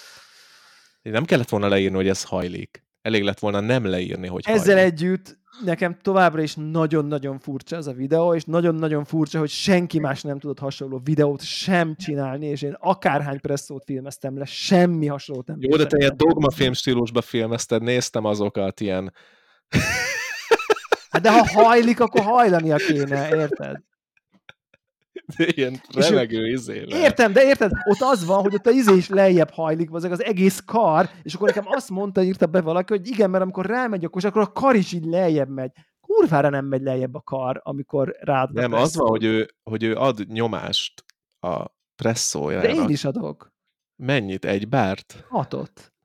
Nem kellett volna leírni, hogy ez hajlik. Elég lett volna nem leírni, hogy ezzel együtt nekem továbbra is nagyon-nagyon furcsa ez a videó, és nagyon-nagyon furcsa, hogy senki más nem tudott hasonló videót sem csinálni, és én akárhány presszót filmeztem le, semmi hasonlót nem. Jó, de te ilyen dogmafilm stílusba filmezted, néztem azokat ilyen... Hát de ha hajlik, akkor hajlania kéne, érted? Ilyen remegő izével. Értem, de érted, ott az van, hogy ott a izé is lejjebb hajlik, az egész kar, és akkor nekem azt mondta, írta be valaki, hogy igen, mert amikor rámegy, akkor a kar is így lejjebb megy. Kurvára nem megy lejjebb a kar, amikor ráadod Nem, az van, hogy ő ad nyomást a presszójának. De én is adok. Mennyit? 1 bárt? 6-ot.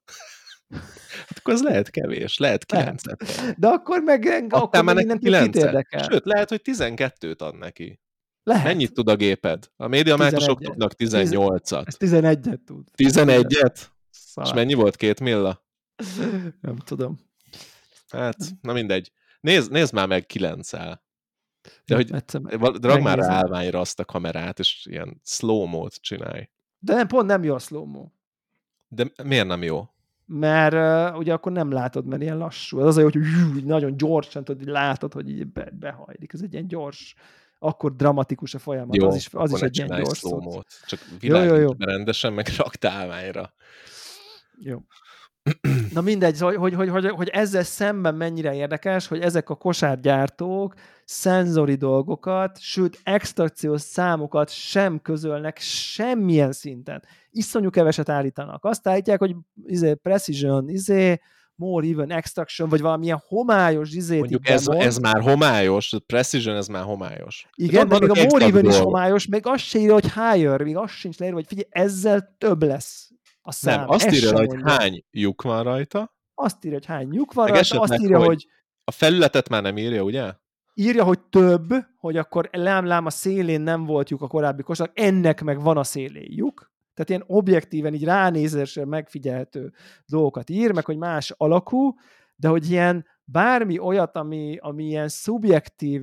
Hát akkor az lehet kevés, lehet 9-et. De akkor meg innentől kit érdekel? Sőt, lehet, hogy 12-t ad neki. Lehet. Mennyit tud a géped? A médiamákosok tudnak 18-at. Ez 11-et tud. 11-et? És mennyi volt? 2 milla? Nem tudom. Hát, na mindegy. Nézd már meg 9-el. De hogy drag már rá állványra azt a kamerát, és ilyen slow-mót csinálj. De nem, pont nem jó a slow-mo. De miért nem jó? Mert ugye akkor nem látod, mert ilyen lassú. Az hogy nagyon gyorsan tudod, hogy látod, hogy így behajlik. Ez egy ilyen gyors, akkor dramatikus a folyamat. Jó, az is egy ilyen gyors slow-mót. Csak világíts be rendesen, meg rakd állványra. Jó. Na mindegy, hogy ezzel szemben mennyire érdekes, hogy ezek a kosárgyártók szenzori dolgokat, sőt extrakciós számokat sem közölnek semmilyen szinten. Iszonyú keveset állítanak. Azt állítják, hogy precision, more even extraction, vagy valamilyen homályos mondjuk ez már homályos, precision ez már homályos. Igen, de még a more even is homályos, még azt se írja, hogy higher, még azt sincs leírva, hogy figyelj, ezzel több lesz a szám. Nem, azt írja, hogy hány lyuk van rajta. Azt írja, hogy hány lyuk van rajta, azt írja, hogy a felületet már nem írja, ugye? Írja, hogy több, hogy akkor lám a szélén nem volt lyuk a korábbi kosár, ennek meg van a szélén lyuk. Tehát ilyen objektíven, így ránézésre megfigyelhető dolgokat ír, meg hogy más alakú, de hogy ilyen bármi olyat, ami ilyen szubjektív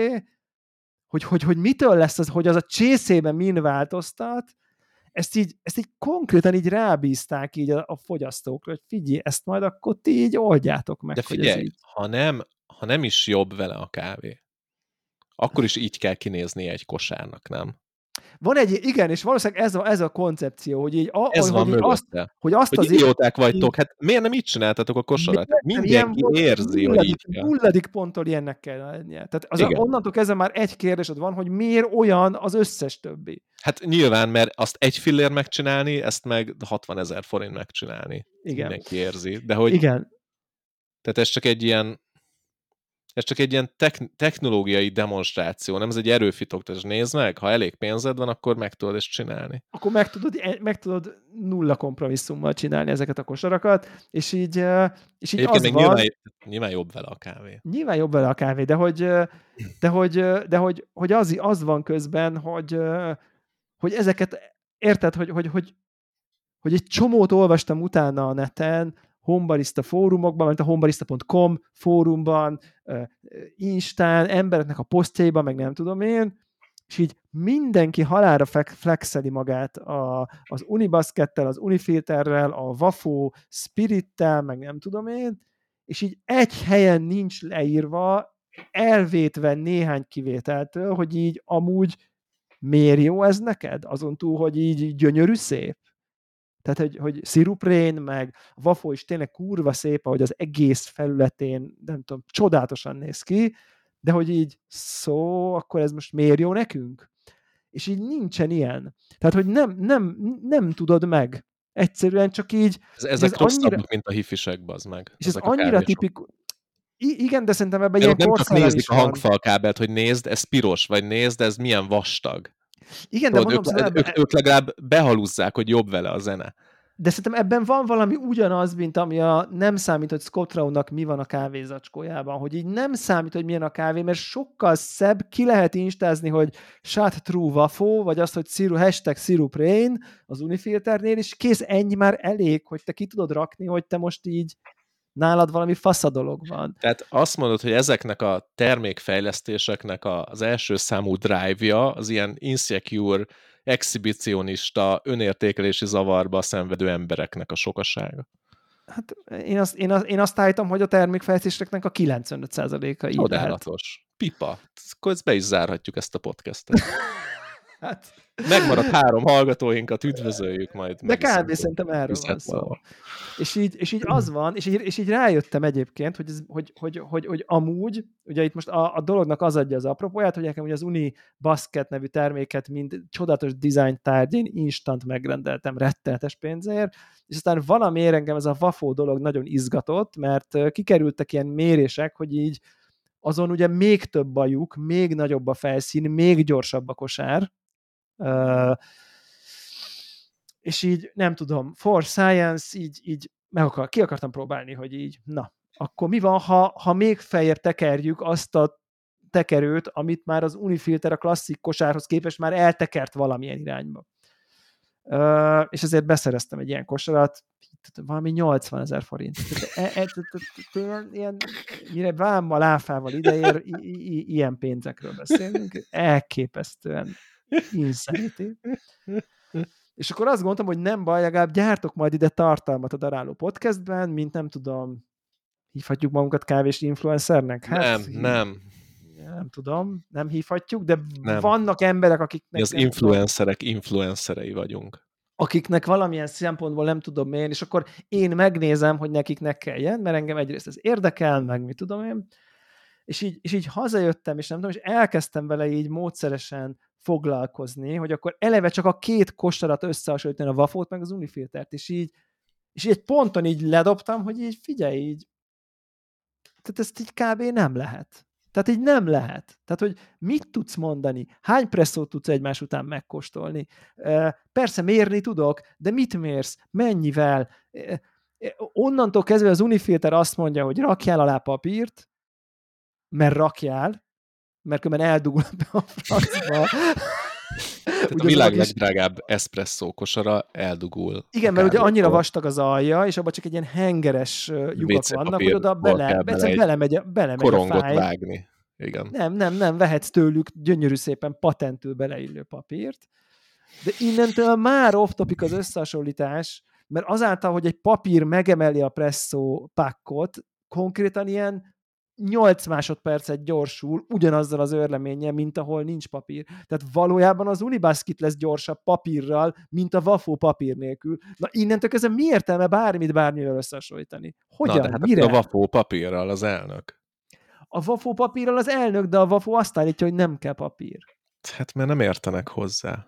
hogy mitől lesz az, hogy az a csészében min változtat, ezt így konkrétan így rábízták így a fogyasztókra, hogy figyelj, ezt majd akkor ti így oldjátok meg. De figyelj, így... ha nem is jobb vele a kávé, akkor is így kell kinéznie egy kosárnak, nem? Van igen, és valószínűleg ez a koncepció, hogy így ez van mögötte. Hogy az idióták vagytok, hát miért nem így csináltatok a kosarat? Hát mindenki érzi, hogy így kell. Nulladik ponttól ilyennek kell lennie. Tehát onnantól kezdve már egy kérdésed van, hogy miért olyan az összes többi. Hát nyilván, mert azt 1 fillér megcsinálni, ezt meg 60 000 forint megcsinálni. Igen. Mindenki érzi. De hogy... Igen. Tehát ez csak egy ilyen technológiai demonstráció, nem ez egy erőfitok, tehát nézd meg, ha elég pénzed van, akkor meg tudod ezt csinálni. Akkor meg tudod nulla kompromisszummal csinálni ezeket a kosarakat, és így az még van... Nyilván jobb vele a kávé. Nyilván jobb vele a kávé, de hogy az van közben, hogy ezeket, érted, hogy egy csomót olvastam utána a neten, homebarista fórumokban, mint a homebarista.com fórumban, Instán, embereknek a posztjaiban, meg nem tudom én, és így mindenki halálra flexeli magát az Unibaskettel, az Unifilterrel, a Wafo Spirittel, meg nem tudom én, és így egy helyen nincs leírva, elvétve néhány kivételtől, hogy így amúgy miért jó ez neked? Azon túl, hogy így gyönyörű szép? Tehát, hogy sziruprén, meg Wafo is tényleg kurva szép, ahogy az egész felületén, nem tudom, csodálatosan néz ki, de hogy így akkor ez most miért jó nekünk? És így nincsen ilyen. Tehát, hogy nem tudod meg. Egyszerűen csak így... Ezek rosszabbak, annyira... mint a hifisek, bazd meg. És ez annyira tipikus... Igen, de szerintem ebben ilyen nem csak nézik a hangfalkábelt, hogy nézd, ez piros, vagy nézd, ez milyen vastag. Igen, de mondom, ők legalább behaluzzák, hogy jobb vele a zene. De szerintem ebben van valami ugyanaz, mint ami nem számít, hogy Scott Rownak mi van a kávézacskójában, hogy így nem számít, hogy milyen a kávé, mert sokkal szebb, ki lehet instázni, hogy shot true Wafo, vagy azt, hogy #syruprain az Unifilternél, és kész, ennyi már elég, hogy te ki tudod rakni, hogy te most így nálad valami fasza dolog van. Tehát azt mondod, hogy ezeknek a termékfejlesztéseknek az első számú drive-ja az ilyen insecure, exhibicionista, önértékelési zavarba szenvedő embereknek a sokasága. Hát én azt állítom, hogy a termékfejlesztéseknek a 95%-a így csodálatos. Pipa. Akkor ezt be is zárhatjuk ezt a podcastet. Hát. Megmaradt 3 hallgatóinkat, üdvözöljük majd. De kb. Szerintem erről van szó. És így az van, és így rájöttem egyébként, hogy amúgy, ugye itt most a dolognak az adja az apropóját, hogy nekem ugye az Uni Basket nevű terméket, mint csodálatos design tárgy, én instant megrendeltem rettenetes pénzért, és aztán valamiért engem ez a Wafo dolog nagyon izgatott, mert kikerültek ilyen mérések, hogy így azon ugye még több a lyuk, még nagyobb a felszín, még gyorsabb a kosár, és így nem tudom, for science, így ki akartam próbálni, hogy így, na, akkor mi van, ha még feljebb tekerjük azt a tekerőt, amit már az Unifilter a klasszik kosárhoz képest már eltekert valamilyen irányba. És ezért beszereztem egy ilyen kosarat, valami 80 000 forint. Ilyen, mire vámmal, áfával ideér, ilyen pénzekről beszélünk, elképesztően insanity. És akkor azt gondoltam, hogy nem baj, legalább gyártok majd ide tartalmat a Daráló Podcastben, mint nem tudom, hívhatjuk magunkat kávés influencernek? Hát, nem tudom, nem hívhatjuk, de nem. Vannak emberek, akiknek... Mi az influencerek influencerei vagyunk. Akiknek valamilyen szempontból nem tudom én, és akkor én megnézem, hogy nekik ne kelljen, mert engem egyrészt ez érdekel, meg mit tudom én, és így hazajöttem, és nem tudom, és elkezdtem vele így módszeresen foglalkozni, hogy akkor eleve csak a két kosarat összehasonlítani, a Wafót meg az Unifiltert, és így egy ponton így ledobtam, hogy így figyelj, így tehát ezt így kb. Nem lehet. Tehát így nem lehet. Tehát, hogy mit tudsz mondani? Hány presszót tudsz egymás után megkóstolni? Persze mérni tudok, de mit mérsz? Mennyivel? Onnantól kezdve az Unifilter azt mondja, hogy rakjál alá papírt, mert rakjál, mert különben eldugul a francba. Tehát a világ legdrágább eszpresszó kosara eldugul. Igen, mert ugye annyira vastag az alja, és abban csak egy ilyen hengeres lyukak vannak, hogy oda belemegy a korongot fáj. vágni. Igen. Nem, vehetsz tőlük gyönyörű szépen patentül beleillő papírt, de innentől már off-topic az összehasonlítás, mert azáltal, hogy egy papír megemeli a presszó pakkot, konkrétan ilyen 8 másodpercet gyorsul ugyanazzal az őrleménnyel, mint ahol nincs papír. Tehát valójában az Unibasket lesz gyorsabb papírral, mint a Wafo papír nélkül. Na innentől kezdve mi értelme bármivel összehasonlítani? Hogyan? Na, de hát mire? A Wafo papírral az elnök. A Wafo papírral az elnök, de a Wafo azt állítja, hogy nem kell papír. Hát mert nem értenek hozzá.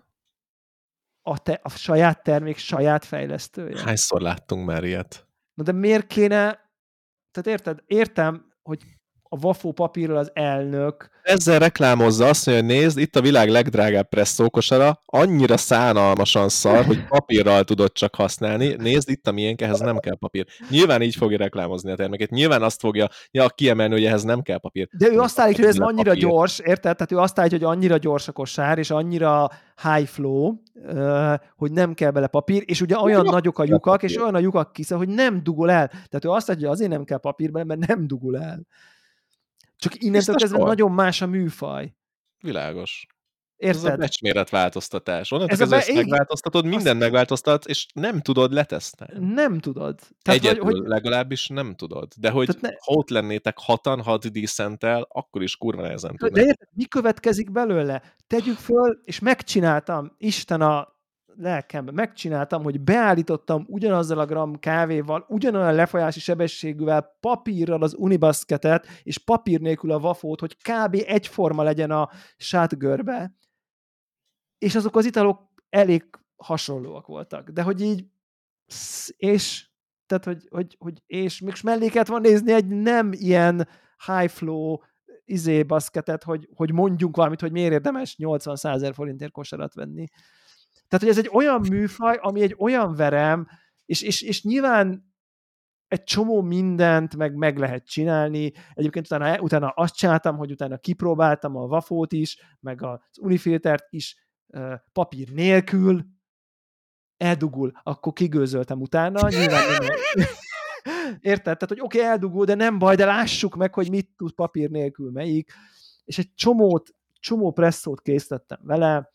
A saját termék, saját fejlesztője. Hányszor láttunk már ilyet? Na de miért kéne... Tehát értem, hogy a Wafo papírral az elnök... Ezzel reklámozza azt mondja, hogy nézd, itt a világ legdrágább presszókosara, annyira szánalmasan szar, hogy papírral tudod csak használni. Nézd, itt a miénk, ehhez nem kell papír. Nyilván így fogja reklámozni a terméket. Nyilván azt fogja kiemelni, hogy ehhez nem kell papír. De ő azt állítja, hogy ez annyira gyors, érted? Tehát ő azt állítja, hogy annyira gyors a kosár, és annyira high flow, hogy nem kell bele papír, és ugye olyan nagyok a lyukak, és olyan a lyukak kiszel, hogy nem dugol el. Tehát ő azt állítja, hogy azért nem kell papír bele, mert nem dugol el. Csak innentől kezdve nagyon más a műfaj. Világos. Érted? Ez a becsméret változtatás. Onnantól kezdve ezt megváltoztatod, mindent megváltoztatsz, és nem tudod letesztelni. Nem tudod. Tehát, egyedül legalábbis nem tudod. De hogy ha ott lennétek 6-an, 6 díszenttel, akkor is kurva nehezen tudnád. De érted, mi következik belőle? Tegyük föl, és megcsináltam, Isten a lelkemben, megcsináltam, hogy beállítottam ugyanazzal a gram kávéval, ugyanolyan lefolyási sebességűvel, papírral az Unibasketet, és papír nélkül a Wafót, hogy kb. Egyforma legyen a shotgörbe, és azok az italok elég hasonlóak voltak. De hogy így, és tehát, hogy és még melléket van nézni egy nem ilyen high flow basketet, hogy mondjunk valamit, hogy miért érdemes 80-100 000 forintért kosarat venni. Tehát, hogy ez egy olyan műfaj, ami egy olyan verem, és nyilván egy csomó mindent meg lehet csinálni. Egyébként utána azt csináltam, hogy utána kipróbáltam a Wafót is, meg az Unifiltert is papír nélkül, eldugul, akkor kigőzöltem utána, nyilván nem... Érted? Tehát, hogy oké, eldugul, de nem baj, de lássuk meg, hogy mit tud papír nélkül melyik. És egy csomó presszót készítettem vele,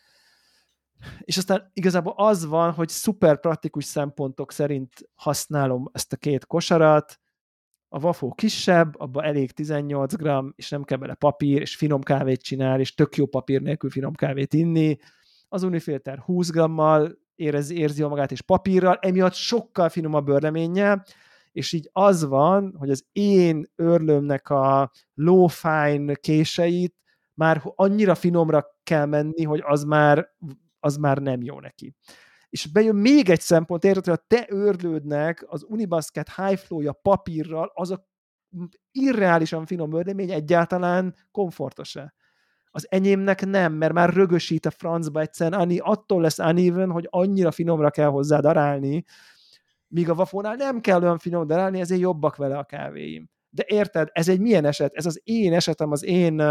és aztán igazából az van, hogy szuper praktikus szempontok szerint használom ezt a két kosarat, a wafó kisebb, abban elég 18 g, és nem kell bele papír, és finom kávét csinál, és tök jó papír nélkül finom kávét inni. Az Unifilter 20 g-mal érzi magát, és papírral, emiatt sokkal finomabb örleménnyel, és így az van, hogy az én őrlőmnek a low fine késeit már annyira finomra kell menni, hogy az már nem jó neki. És bejön még egy szempont, érted, hogy a te őrlődnek az Unibasket High Flow-ja papírral az a irreálisan finom örlemény egyáltalán komfortos-e. Az enyémnek nem, mert már rögösít a francba egyszerűen, attól lesz uneven, hogy annyira finomra kell hozzá darálni, míg a wafónál nem kell olyan finom darálni, ezért jobbak vele a kávéim. De érted, ez egy milyen eset? Ez az én esetem, az én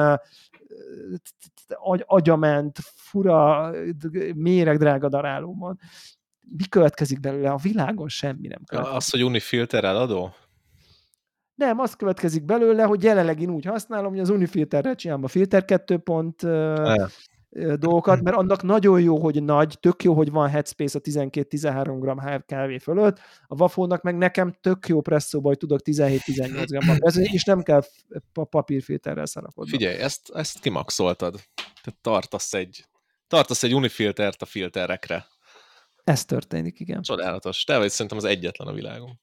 agyament, fura, méregdrága darálómon. Mi következik belőle? A világon semmi nem következik. Az, hogy Unifilter eladó? Nem, az következik belőle, hogy jelenleg én úgy használom, hogy az Unifilterrel csinálom a Filter 2 pont dolgokat, mert annak nagyon jó, hogy nagy, tök jó, hogy van headspace a 12-13 g kávé fölött, a wafónak meg nekem tök jó presszóba, hogy tudok 17-18 g-ban presszolni, és nem kell papírfilterrel szarakodnom. Figyelj, ezt kimaxoltad. Tehát tartasz egy Unifiltert a filterekre. Ez történik, igen. Csodálatos. Te vagy szerintem az egyetlen a világon.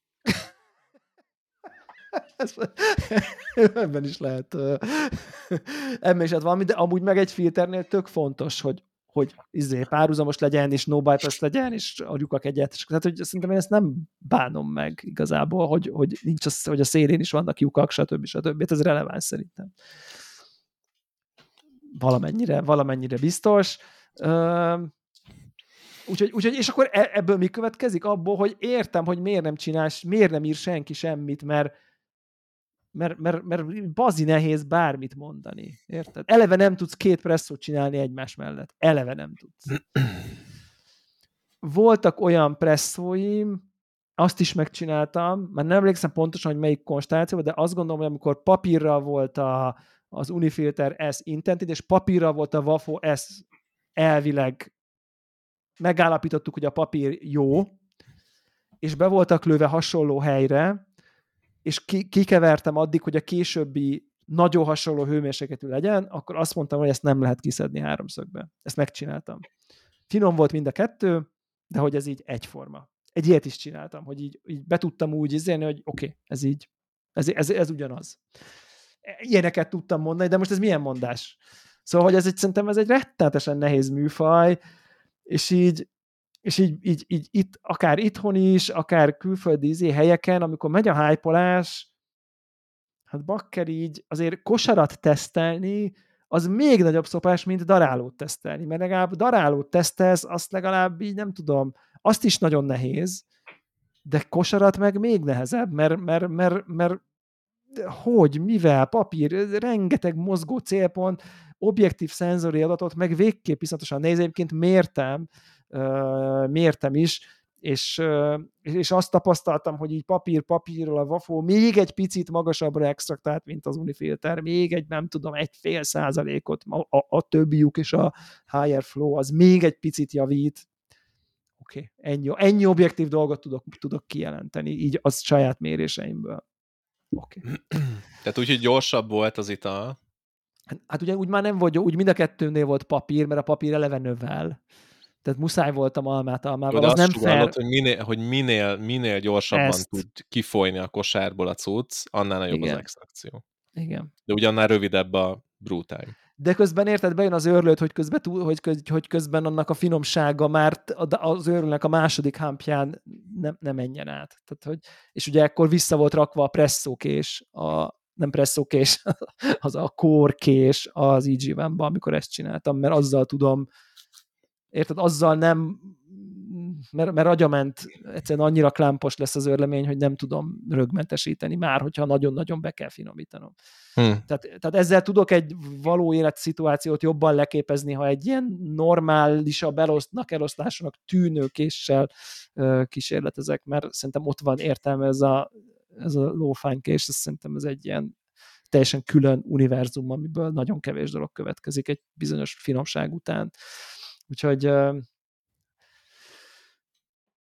Ebben is lehet ebben is lehet valami, de amúgy meg egy filternél tök fontos, hogy párhuzamos legyen, és no bypass legyen, és a lyukak egyet. Tehát, hogy szerintem én ezt nem bánom meg igazából, hogy nincs az, hogy a szélén is vannak lyukak, stb. Ez releváns szerintem. Valamennyire biztos. Úgyhogy, és akkor ebből mi következik? Abból, hogy értem, hogy miért nem csinálsz, miért nem ír senki semmit, mert bazi nehéz bármit mondani. Érted? Eleve nem tudsz 2 presszót csinálni egymás mellett. Eleve nem tudsz. Voltak olyan presszóim, azt is megcsináltam, már nem emlékszem pontosan, hogy melyik konstellációban, de azt gondolom, hogy amikor papírral volt az Unifilter S Intended, és papírral volt a Wafo S, elvileg megállapítottuk, hogy a papír jó, és be voltak lőve hasonló helyre, és kikevertem addig, hogy a későbbi nagyon hasonló hőmérsékletű legyen, akkor azt mondtam, hogy ezt nem lehet kiszedni háromszögbe. Ezt megcsináltam. Finom volt mind a kettő, de hogy ez így egyforma. Egy ilyet is csináltam, hogy így be tudtam úgy izélni, hogy oké, ez így, ez ugyanaz. Ilyeneket tudtam mondani, de most ez milyen mondás? Szóval, hogy szerintem ez egy rettenetesen nehéz műfaj, és így itt, akár itthon is, akár külföldi helyeken, amikor megy a hype-olás, hát bakker így azért kosarat tesztelni, az még nagyobb szopás, mint darálót tesztelni, mert legalább darálót tesztelsz, azt legalább így nem tudom, azt is nagyon nehéz, de kosarat meg még nehezebb, mert hogy, mivel, papír, rengeteg mozgó célpont, objektív szenzori adatot, meg végképp iszonyatosan nehéz, egyébként mértem is, és azt tapasztaltam, hogy így papírról a Wafo még egy picit magasabbra extraktált, mint az Unifilter, még egy, nem tudom, 0,5%-ot, a többi lyuk és a higher flow, az még egy picit javít. Oké, ennyi objektív dolgot tudok kijelenteni, így az saját méréseimből. Oké. Tehát úgy, hogy gyorsabb volt az ital. Hát ugye úgy már nem volt, úgy mind a kettőnél volt papír, mert a papír eleve növel. Tehát muszáj voltam almával. De az nem fair. Hogy minél gyorsabban tud kifolyni a kosárból a cucc, annál nagyobb az extrakció. Igen. De ugyannál rövidebb a brútáj. De közben érted, bejön az őrlőt, hogy közben annak a finomsága már az őrlőnek a második humpján nem menjen át. Tehát, hogy, és ugye ekkor vissza volt rakva a presszókés, nem presszókés, az a kórkés az EG-ben, amikor ezt csináltam, mert azzal tudom, érted, azzal nem, mert agyament, egyszerűen annyira klámpos lesz az őrlemény, hogy nem tudom rögmentesíteni már, hogyha nagyon-nagyon be kell finomítanom. Tehát ezzel tudok egy való életszituációt jobban leképezni, ha egy ilyen normálisabb elosztásnak tűnő késsel kísérletezek, mert szerintem ott van értelme ez a low-fine kés, szerintem ez egy ilyen teljesen külön univerzum, amiből nagyon kevés dolog következik egy bizonyos finomság után. Úgyhogy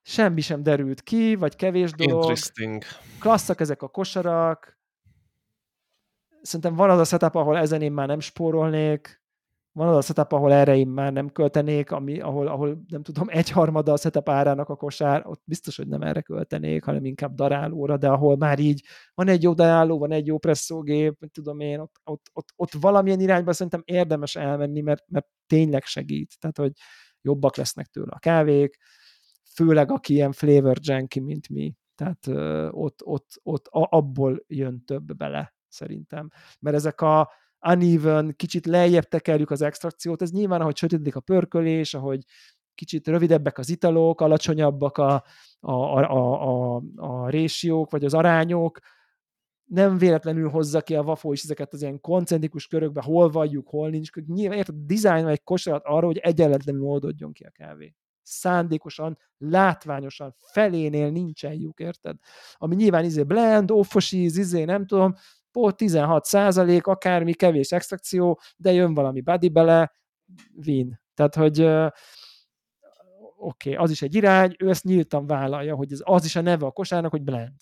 semmi sem derült ki, vagy kevés dolog. Interesting. Klasszak ezek a kosarak. Szerintem van az a setup, ahol ezen én már nem spórolnék. Van az a setup, ahol erre én már nem költenék, ahol nem tudom, 1/3 a setup árának a kosár, ott biztos, hogy nem erre költenék, hanem inkább darálóra, de ahol már így van egy jó daráló, van egy jó presszógép, tudom én, ott valamilyen irányba szerintem érdemes elmenni, mert tényleg segít. Tehát, hogy jobbak lesznek tőle a kávék, főleg aki ilyen flavor junkie, mint mi. Tehát ott abból jön több bele, szerintem. Mert ezek a uneven, kicsit lejjebb tekerjük az extrakciót, ez nyilván, ahogy sötétedik a pörkölés, ahogy kicsit rövidebbek az italok, alacsonyabbak a résiók, vagy az arányok, nem véletlenül hozza ki a Wafo is ezeket az ilyen koncentrikus körökbe, hol vagyjuk, hol nincs. Nyilván érted, dizájnol egy kosarat arra, hogy egyenletlenül oldódjon ki a kávé. Szándékosan, látványosan, felénél nincsen lyuk, érted? Ami nyilván blend, offos íz, nem tudom, 16%, akármi, kevés extrakció, de jön valami body bele, win. Tehát, hogy oké, az is egy irány, ő ezt nyíltan vállalja, hogy az is a neve a kosárnak, hogy blend.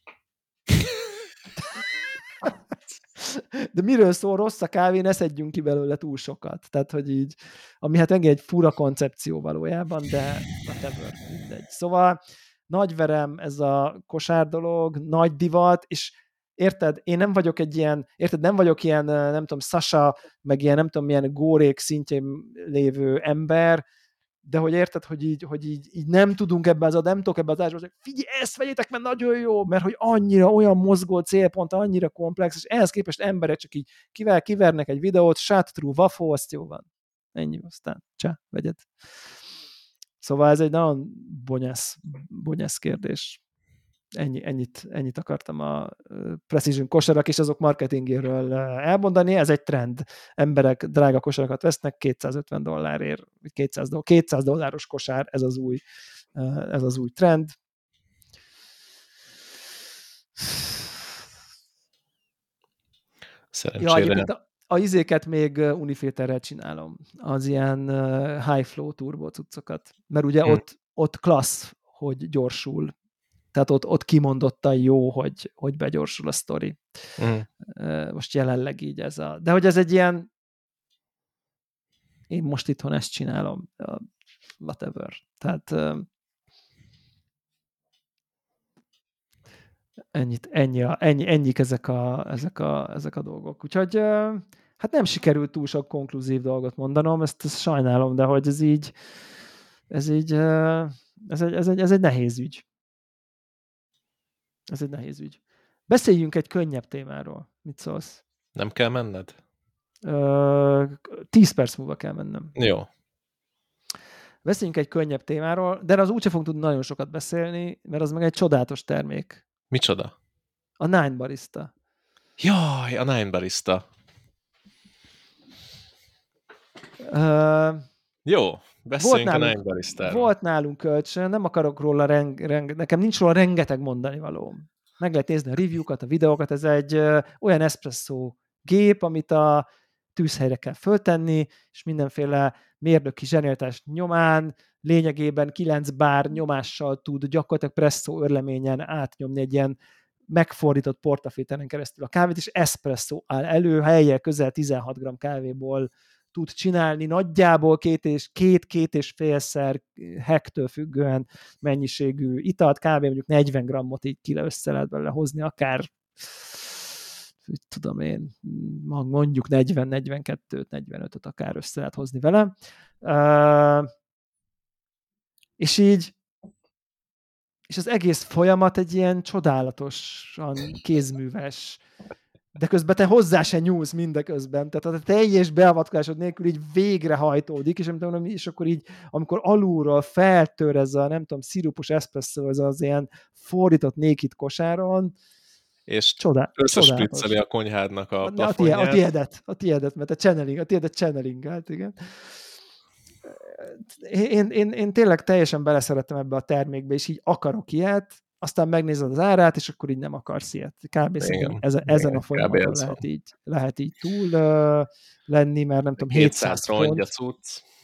De miről szól rossz a kávé, ne szedjünk ki belőle túl sokat. Tehát, hogy így, ami hát engem egy fura koncepció valójában, de whatever, mindegy. Szóval nagy verem ez a kosár dolog, nagy divat, és érted, én nem vagyok egy ilyen, nem tudom, Sasha, meg ilyen nem tudom milyen górék szintjén lévő ember, de hogy érted, hogy így nem tudunk ebbe az adásba, hogy figyelj, ezt vegyétek, mert nagyon jó, mert hogy annyira olyan mozgó célpont, annyira komplex, és ehhez képest emberek csak így kivernek egy videót, shut through, Wafo, azt jó van. Ennyi, aztán csá, vegyed. Szóval ez egy nagyon bonyász kérdés. Ennyit akartam a Precision kosarak és azok marketingéről elmondani. Ez egy trend. Emberek drága kosarakat vesznek $250 $200 kosár, ez az új trend. Szerencsére. Ja, a izéket még Unifilterrel csinálom. Az ilyen high flow turbo cuccokat. Mert ugye ott klassz, hogy gyorsul. Tehát ott kimondottan jó, hogy begyorsul a sztori. Most jelenleg így ez a... De hogy ez egy ilyen... Én most itthon ezt csinálom. Whatever. Tehát ennyik ezek a dolgok. Úgyhogy hát nem sikerült túl sok konkluzív dolgot mondanom, ezt sajnálom, de hogy ez egy nehéz ügy. Ez egy nehéz ügy. Beszéljünk egy könnyebb témáról. Mit szólsz? Nem kell menned? 10 perc múlva kell mennem. Jó. Beszéljünk egy könnyebb témáról, de az úgyse fogunk tudni nagyon sokat beszélni, mert az meg egy csodálatos termék. Micsoda? A Nine Barista. Jaj, a Nine Barista. Jó, beszéljünk a Nine Baristáról. Volt nálunk kölcsön, nem akarok róla nekem nincs róla rengeteg mondani valóm. Meg lehet nézni a review-kat, a videókat, ez egy olyan espresso gép, amit a tűzhelyre kell föltenni, és mindenféle mérnöki zsenialitás nyomán lényegében 9 bár nyomással tud gyakorlatilag presszó örleményen átnyomni egy ilyen megfordított portafilteren keresztül a kávét, és espresso áll elő, helye közel 16 g kávéból tud csinálni nagyjából két és félszer hektől függően mennyiségű italt, kb. Mondjuk 40 grammot így ki össze lehet belőle hozni, akár tudom én, mondjuk 40-42-t, 45-öt akár össze lehet hozni vele. És az egész folyamat egy ilyen csodálatosan kézműves, de közben te hozzá se nyúlsz mindeközben, tehát a teljes beavatkozásod nélkül így végrehajtódik, és akkor így, amikor alulról feltör ez a, nem tudom, szirupos espresso, ez az ilyen fordított naked kosáron, és összespricceli a konyhádnak a plafonját. A tiédet, mert a tiédet channelingált, igen. Én tényleg teljesen beleszerettem ebbe a termékbe, és így akarok ilyet, aztán megnézed az árát, és akkor így nem akarsz ilyet. Kb. Ezen a folyamaton lehet így túl lenni, mert nem tudom, 700 font.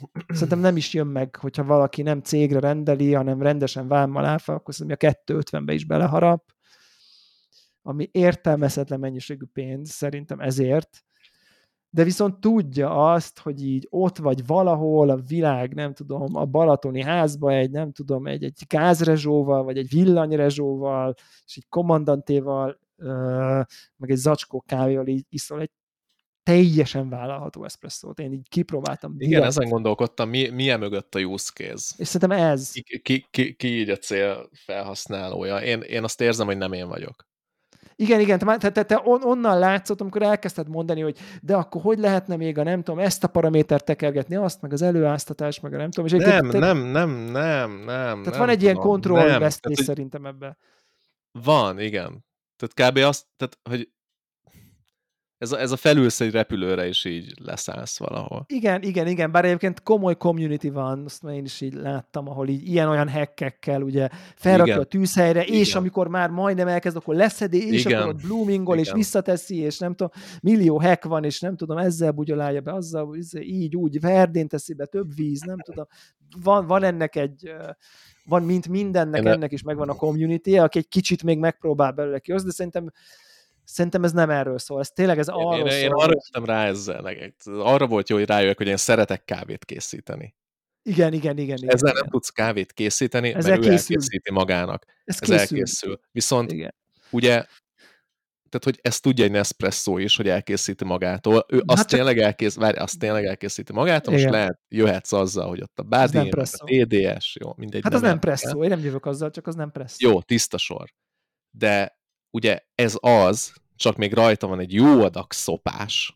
Szerintem nem is jön meg, hogyha valaki nem cégre rendeli, hanem rendesen vámmal áfa, akkor szerintem a 250-be is beleharap, ami értelmezhetetlen mennyiségű pénz, szerintem ezért, de viszont tudja azt, hogy így ott vagy valahol a világ, nem tudom, a balatoni házba nem tudom, egy gázrezsóval, vagy egy villanyrezsóval, és egy kommandantéval, meg egy zacskó kávéval így iszol egy teljesen vállalható eszpresszót. Én így kipróbáltam direkt. Igen, ezen gondolkodtam, milyen mögött a use case. És szerintem ez. Ki így a cél felhasználója. Én azt érzem, hogy nem én vagyok. Igen, te onnan látszott, amikor elkezdted mondani, hogy de akkor hogy lehetne még a nem tudom, ezt a paramétert tekergetni, azt, meg az előáztatás, meg a nem tudom. És nem. Tehát van egy ilyen kontrollvesztés szerintem ebben. Van, igen. Tehát kb. Azt, tehát, hogy ez a felülsz egy repülőre, és így leszállsz valahol. Igen, bár egyébként komoly community van, azt én is így láttam, ahol így ilyen-olyan hackekkel ugye felrakja a tűzhelyre, igen. És amikor már majdnem elkezd, akkor leszedi, és igen. Akkor ott bloomingol, igen. És visszateszi, és nem tudom, millió hack van, és nem tudom, ezzel bugyolálja be, azzal, így, úgy, verdén teszi be, több víz, nem tudom. Van ennek van mint mindennek, ennek is megvan a community, aki egy kicsit még megpróbál belőle kihozni, de Szerintem ez nem erről szól. Ez tényleg ez arról szól. Én arra jöttem rá ezzel. Arra volt jó, hogy rájöjjek, hogy én szeretek kávét készíteni. Igen. Ezzel nem tudsz kávét készíteni, mert ő elkészíti magának. Ez elkészül. Viszont igen. Ugye, tehát hogy ezt tudja egy Nespresso is, hogy elkészíti magától. Ő azt tényleg elkészíti magától, igen. És jöhetsz azzal, hogy ott a Badin, a TDS, jó, mindegy. Hát az nem presszó, én nem jövök azzal, csak az nem presszó. Jó, tiszta sor. De ugye ez az, csak még rajta van egy jó adag szopás.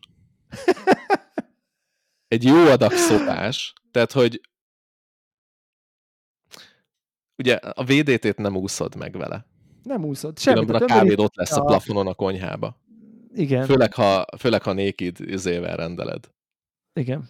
Egy jó adag szopás. Tehát, hogy ugye a VDT-t nem úszod meg vele. Nem úszod. Semmit. A kávéd ott lesz a plafonon a konyhába. Igen. Főleg, ha naked izével rendeled. Igen.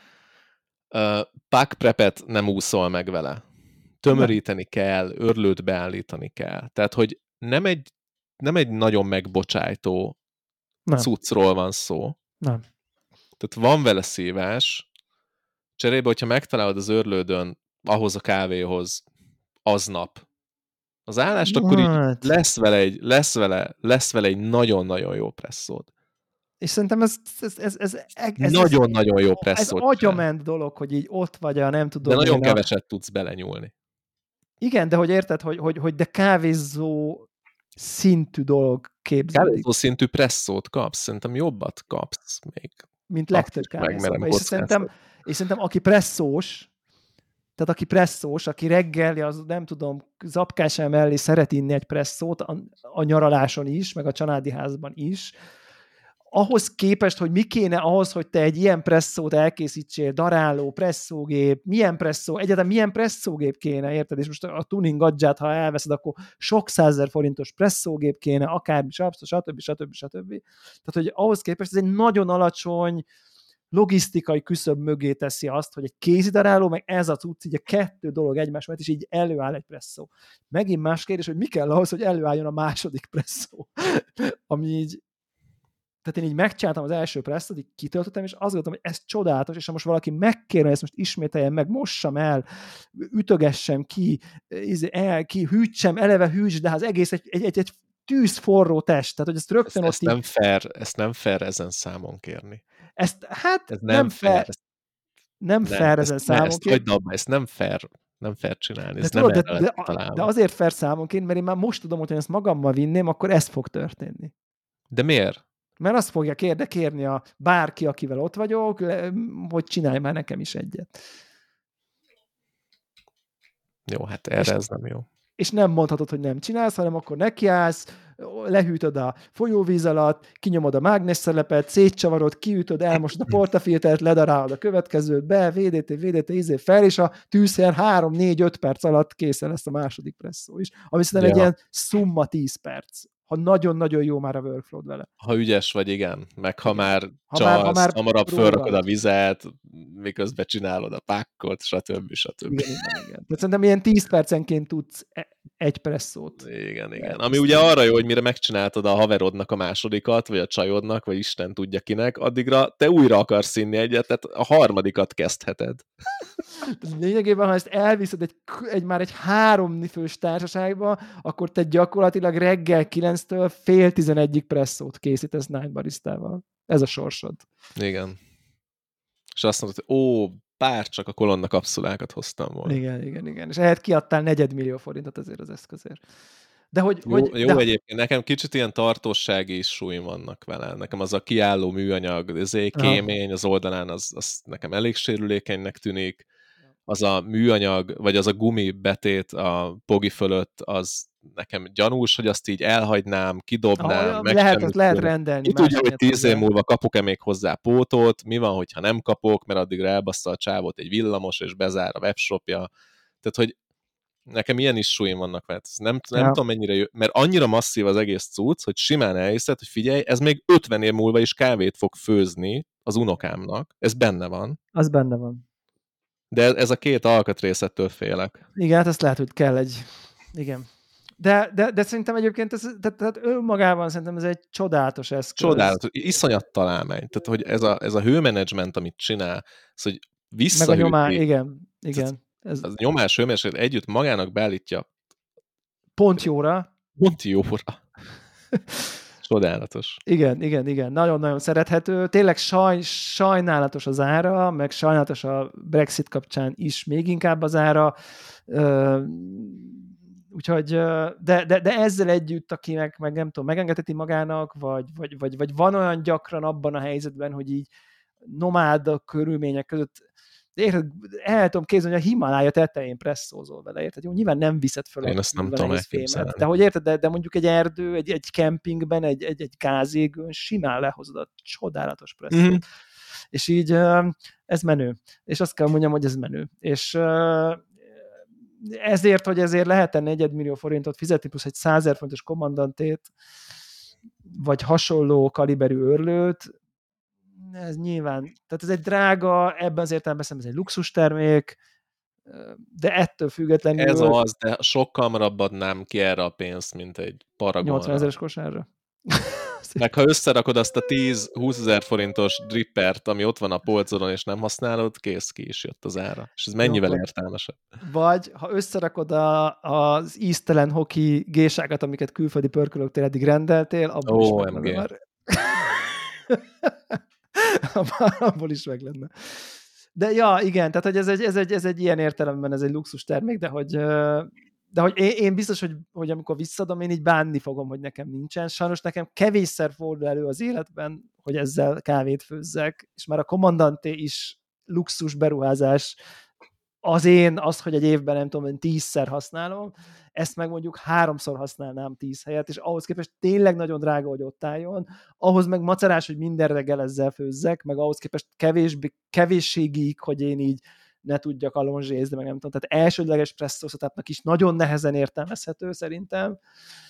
Pack prepet nem úszol meg vele. Tömöríteni kell, örlőt beállítani kell. Tehát, hogy nem egy nagyon megbocsájtó cuccról van szó. Nem. Tehát van vele szívás, cserébe, hogyha megtalálod az őrlődön ahhoz a kávéhoz aznap az állást, akkor így lesz vele egy nagyon-nagyon jó presszód. És szerintem ez nagyon-nagyon jó presszód. Ez agyament dolog, hogy így ott vagy a nem tudom. De nagyon keveset tudsz belenyúlni. Igen, de hogy érted, hogy de kávézó szintű dolog képződik. Kávézó szintű presszót kapsz, szerintem jobbat kapsz még. Mint legtöbb kávézóban. És szerintem aki presszós, aki reggeli, az nem tudom, zapkásán mellé szeret inni egy presszót a nyaraláson is, meg a családi házban is, ahhoz képest, hogy mi kéne ahhoz, hogy te egy ilyen presszót elkészítsél, daráló, presszógép, milyen presszógép kéne, érted? És most a tuning adját, ha elveszed, akkor sok 100 000 forintos presszógép kéne, akármi, stb. Tehát, hogy ahhoz képest ez egy nagyon alacsony logisztikai küszöb mögé teszi azt, hogy egy kézidaráló, meg ez a cucc, így a kettő dolog egymás mellett, és így előáll egy presszó. Megint más kérdés, hogy mi kell ahhoz, hogy előálljon a második presszó. Ami így, tehát én így megcsináltam az első presszót, így kitöltöttem, és azt gondoltam, hogy ez csodálatos, és ha most valaki megkérne, ezt most ismételjem meg, mossam el, ütögessem ki, hűtsem, eleve hűts, de az egész egy tűzforró test, tehát hogy ezt rögtön ezt nem fair ezen számon kérni. Ez nem fair. Nem fair ezen számon kérni. Hagyd abba, ezt nem fair csinálni. Ez nem de azért fair számon kérni, mert én már most tudom, hogy ezt magammal vinném, akkor ez fog történni. De miért? Mert azt fogja kérni a bárki, akivel ott vagyok, hogy csinálj már nekem is egyet. Jó, hát erre ez nem jó. És nem mondhatod, hogy nem csinálsz, hanem akkor nekiállsz, lehűtöd a folyóvíz alatt, kinyomod a mágnesszerepet, szétcsavarod, kiütöd, elmosod a portafiltert, ledarálod a következőt, be, VDT, fel, és a tűzhelyen 3-4-5 perc alatt készen lesz a második presszó is, ami szerintem egy ilyen szumma 10 perc. Ha nagyon-nagyon jó már a workflow vele. Ha ügyes vagy, igen. Meg ha már csalsz, hamarabb fölrakod a vizet, miközben csinálod a pakkot, stb. Igen. De szerintem ilyen 10 percenként tudsz egy presszót. Igen. Ami ugye arra jó, hogy mire megcsináltad a haverodnak a másodikat, vagy a csajodnak, vagy Isten tudja kinek, addigra te újra akarsz inni egyet, tehát a harmadikat kezdheted. Lényegében, ha ezt elviszed már egy 3 fős társaságba, akkor te gyakorlatilag reggel 9-től fél 11-ig presszót készítesz Nine Baristával. Ez a sorsod. Igen. És azt mondod, hogy bárcsak a kolonna kapszulákat hoztam volna. Igen. És ehhez kiadtál 4 millió forintot ezért az eszközért. De jó, egyébként nekem kicsit ilyen tartósági is súlyom vannak vele. Nekem az a kiálló műanyag, kémény az oldalán, az nekem elég sérülékenynek tűnik. Az a műanyag, vagy az a gumi betét a pogi fölött, az nekem gyanús, hogy azt így elhagynám, kidobnám. Lehet rendelni. Ki tudja, hogy 10 év múlva kapok-e még hozzá pótót, mi van, hogyha nem kapok, mert addigra elbassza a csávot egy villamos, és bezár a webshopja. Tehát, hogy nekem ilyen is súlyom vannak, mert nem tudom mennyire jó, mert annyira masszív az egész cucc, hogy simán elhiszed, hogy figyelj, ez még 50 év múlva is kávét fog főzni az unokámnak. Ez benne van. Az benne van. De ez a 2 alkatrészettől félek. Igen, hát ezt lehet, hogy kell egy... Igen. De szerintem egyébként tehát önmagában szerintem ez egy csodálatos eszköz. Csodálatos, iszonyat találmány. Tehát, hogy ez a hőmenedzsment, amit csinál, az, hogy visszahűti. Meg a nyomás, igen. Az nyomás, hőmérséklet együtt magának beállítja. Pont jóra. Csodálatos. Igen. Nagyon-nagyon szerethető. Tényleg sajnálatos az ára, meg sajnálatos a Brexit kapcsán is még inkább az ára. Úgyhogy, de ezzel együtt, akinek meg nem tudom, megengedheti magának, vagy van olyan gyakran abban a helyzetben, hogy így nomád körülmények között el tudom képzelni, hogy a Himalája tetején presszózol vele, érted? Jó, nyilván nem viszed föl. Én ezt nem tudom elképzelni. De hogy érted, de mondjuk egy erdő, egy kempingben, egy gázégőn simán lehozod a csodálatos presszót. Mm-hmm. És így ez menő. És azt kell mondjam, hogy ez menő. És ezért, hogy ezért lehet 4 millió forintot fizetni, plusz egy 100 000 forintos kommandantét, vagy hasonló kaliberű őrlőt, ez nyilván, tehát ez egy drága, ebben az értelemben ez egy luxus termék, de ettől függetlenül... Ez az, de sokkal hamarabb adnám ki erre a pénzt, mint egy Paragonra. 80 000-es kosárra. Meg ha összerakod azt a 10-20 000 forintos drippert, ami ott van a polcodon, és nem használod, kész, ki is jött az ára. És ez mennyivel értelmesebb. Vagy ha összerakod az íztelen hoki gésákat, amiket külföldi pörkölőktől eddig rendeltél, abból is meg lenne már. Abból is meg lenne. De ja, igen, tehát hogy ez egy ilyen értelemben ez egy luxus termék, de hogy én biztos, hogy amikor visszadom, én így bánni fogom, hogy nekem nincsen. Sajnos nekem kevésszer fordul elő az életben, hogy ezzel kávét főzzek, és már a kommandanté is luxus beruházás az, hogy egy évben nem tudom, 10-szer használom, ezt meg mondjuk 3-szor használnám 10 helyet, és ahhoz képest tényleg nagyon drága, hogy ott álljon, ahhoz meg macerás, hogy minden reggel ezzel főzzek, meg ahhoz képest kevésségig, hogy én így ne tudjak alonzsézni, meg nem tudom, tehát elsődleges presszószetapnak is nagyon nehezen értelmezhető szerintem,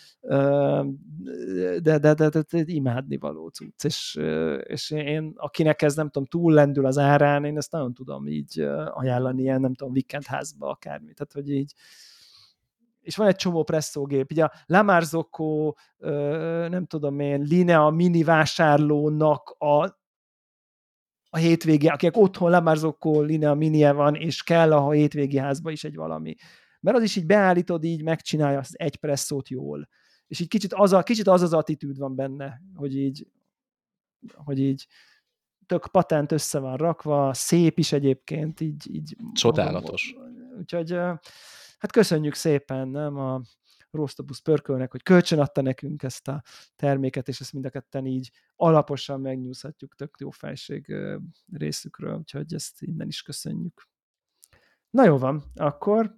de imádnivaló cucc, és én, akinek ez nem tudom, túl lendül az árán, én ezt nagyon tudom így ajánlani ilyen, nem tudom, weekendházba akármi, tehát hogy így, és van egy csomó presszógép, ugye a La Marzocco, nem tudom én, Linea mini vásárlónak a hétvégi, akinek otthon La Marzocco Linea minie van, és kell a hétvégi házba is egy valami. Mert az is így beállítod, így megcsinálja az egy presszót jól. És így kicsit az attitűd van benne, hogy így tök patent össze van rakva, szép is egyébként, így csodálatos. Úgyhogy hát köszönjük szépen, nem, a Rostobusz pörkölnek, hogy kölcsön adta nekünk ezt a terméket, és ezt mind a ketten így alaposan megnyúzhatjuk, tök jó felség részükről, úgyhogy ezt innen is köszönjük. Na jó van, akkor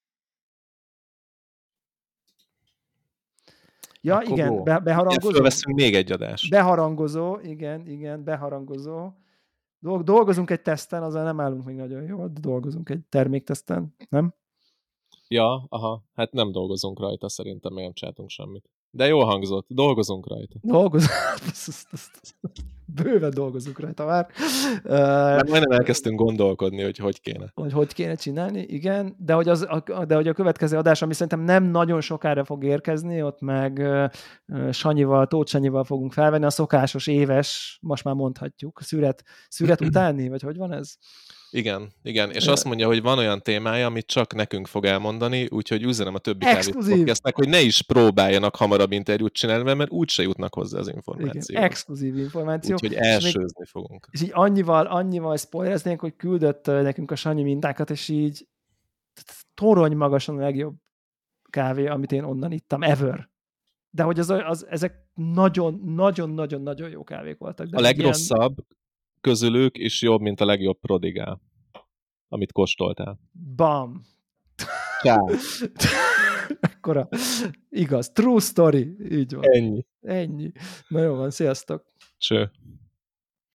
ja, akkor igen, beharangozó. Fölveszünk még egy adást. Beharangozó, igen, beharangozó. Dolgozunk egy teszten, azzal nem állunk még nagyon jól, de dolgozunk egy termékteszten, nem? Ja, aha, hát nem dolgozunk rajta, szerintem még nem csináltunk semmit. De jól hangzott, dolgozunk rajta. bőven dolgozunk rajta már. Már majdnem elkezdtünk gondolkodni, hogy kéne. Hogy kéne csinálni, igen, de hogy a következő adás, ami szerintem nem nagyon sokára fog érkezni, ott meg Sanyival, Tóth Sanyival fogunk felvenni, a szokásos éves, most már mondhatjuk, szüret utáni, vagy hogy van ez? Igen, és azt mondja, hogy van olyan témája, amit csak nekünk fog elmondani, úgyhogy üzenem a többi podcastnek, hogy ne is próbáljanak hamarabb interjút csinálni, mert úgyse jutnak hozzá az információt. Igen, exkluzív információ. Úgyhogy elsőzni fogunk. És így annyival spoilereznénk, hogy küldött nekünk a Sanyi mintákat, és így torony magasan a legjobb kávé, amit én onnan ittam, ever. De hogy ezek nagyon jó kávék voltak. De a legrosszabb közülük is jobb, mint a legjobb prodigál, amit kóstoltál. Bam! Csá! Ekkora. Igaz. True story. Így van. Ennyi. Na jó van, sziasztok! Cső.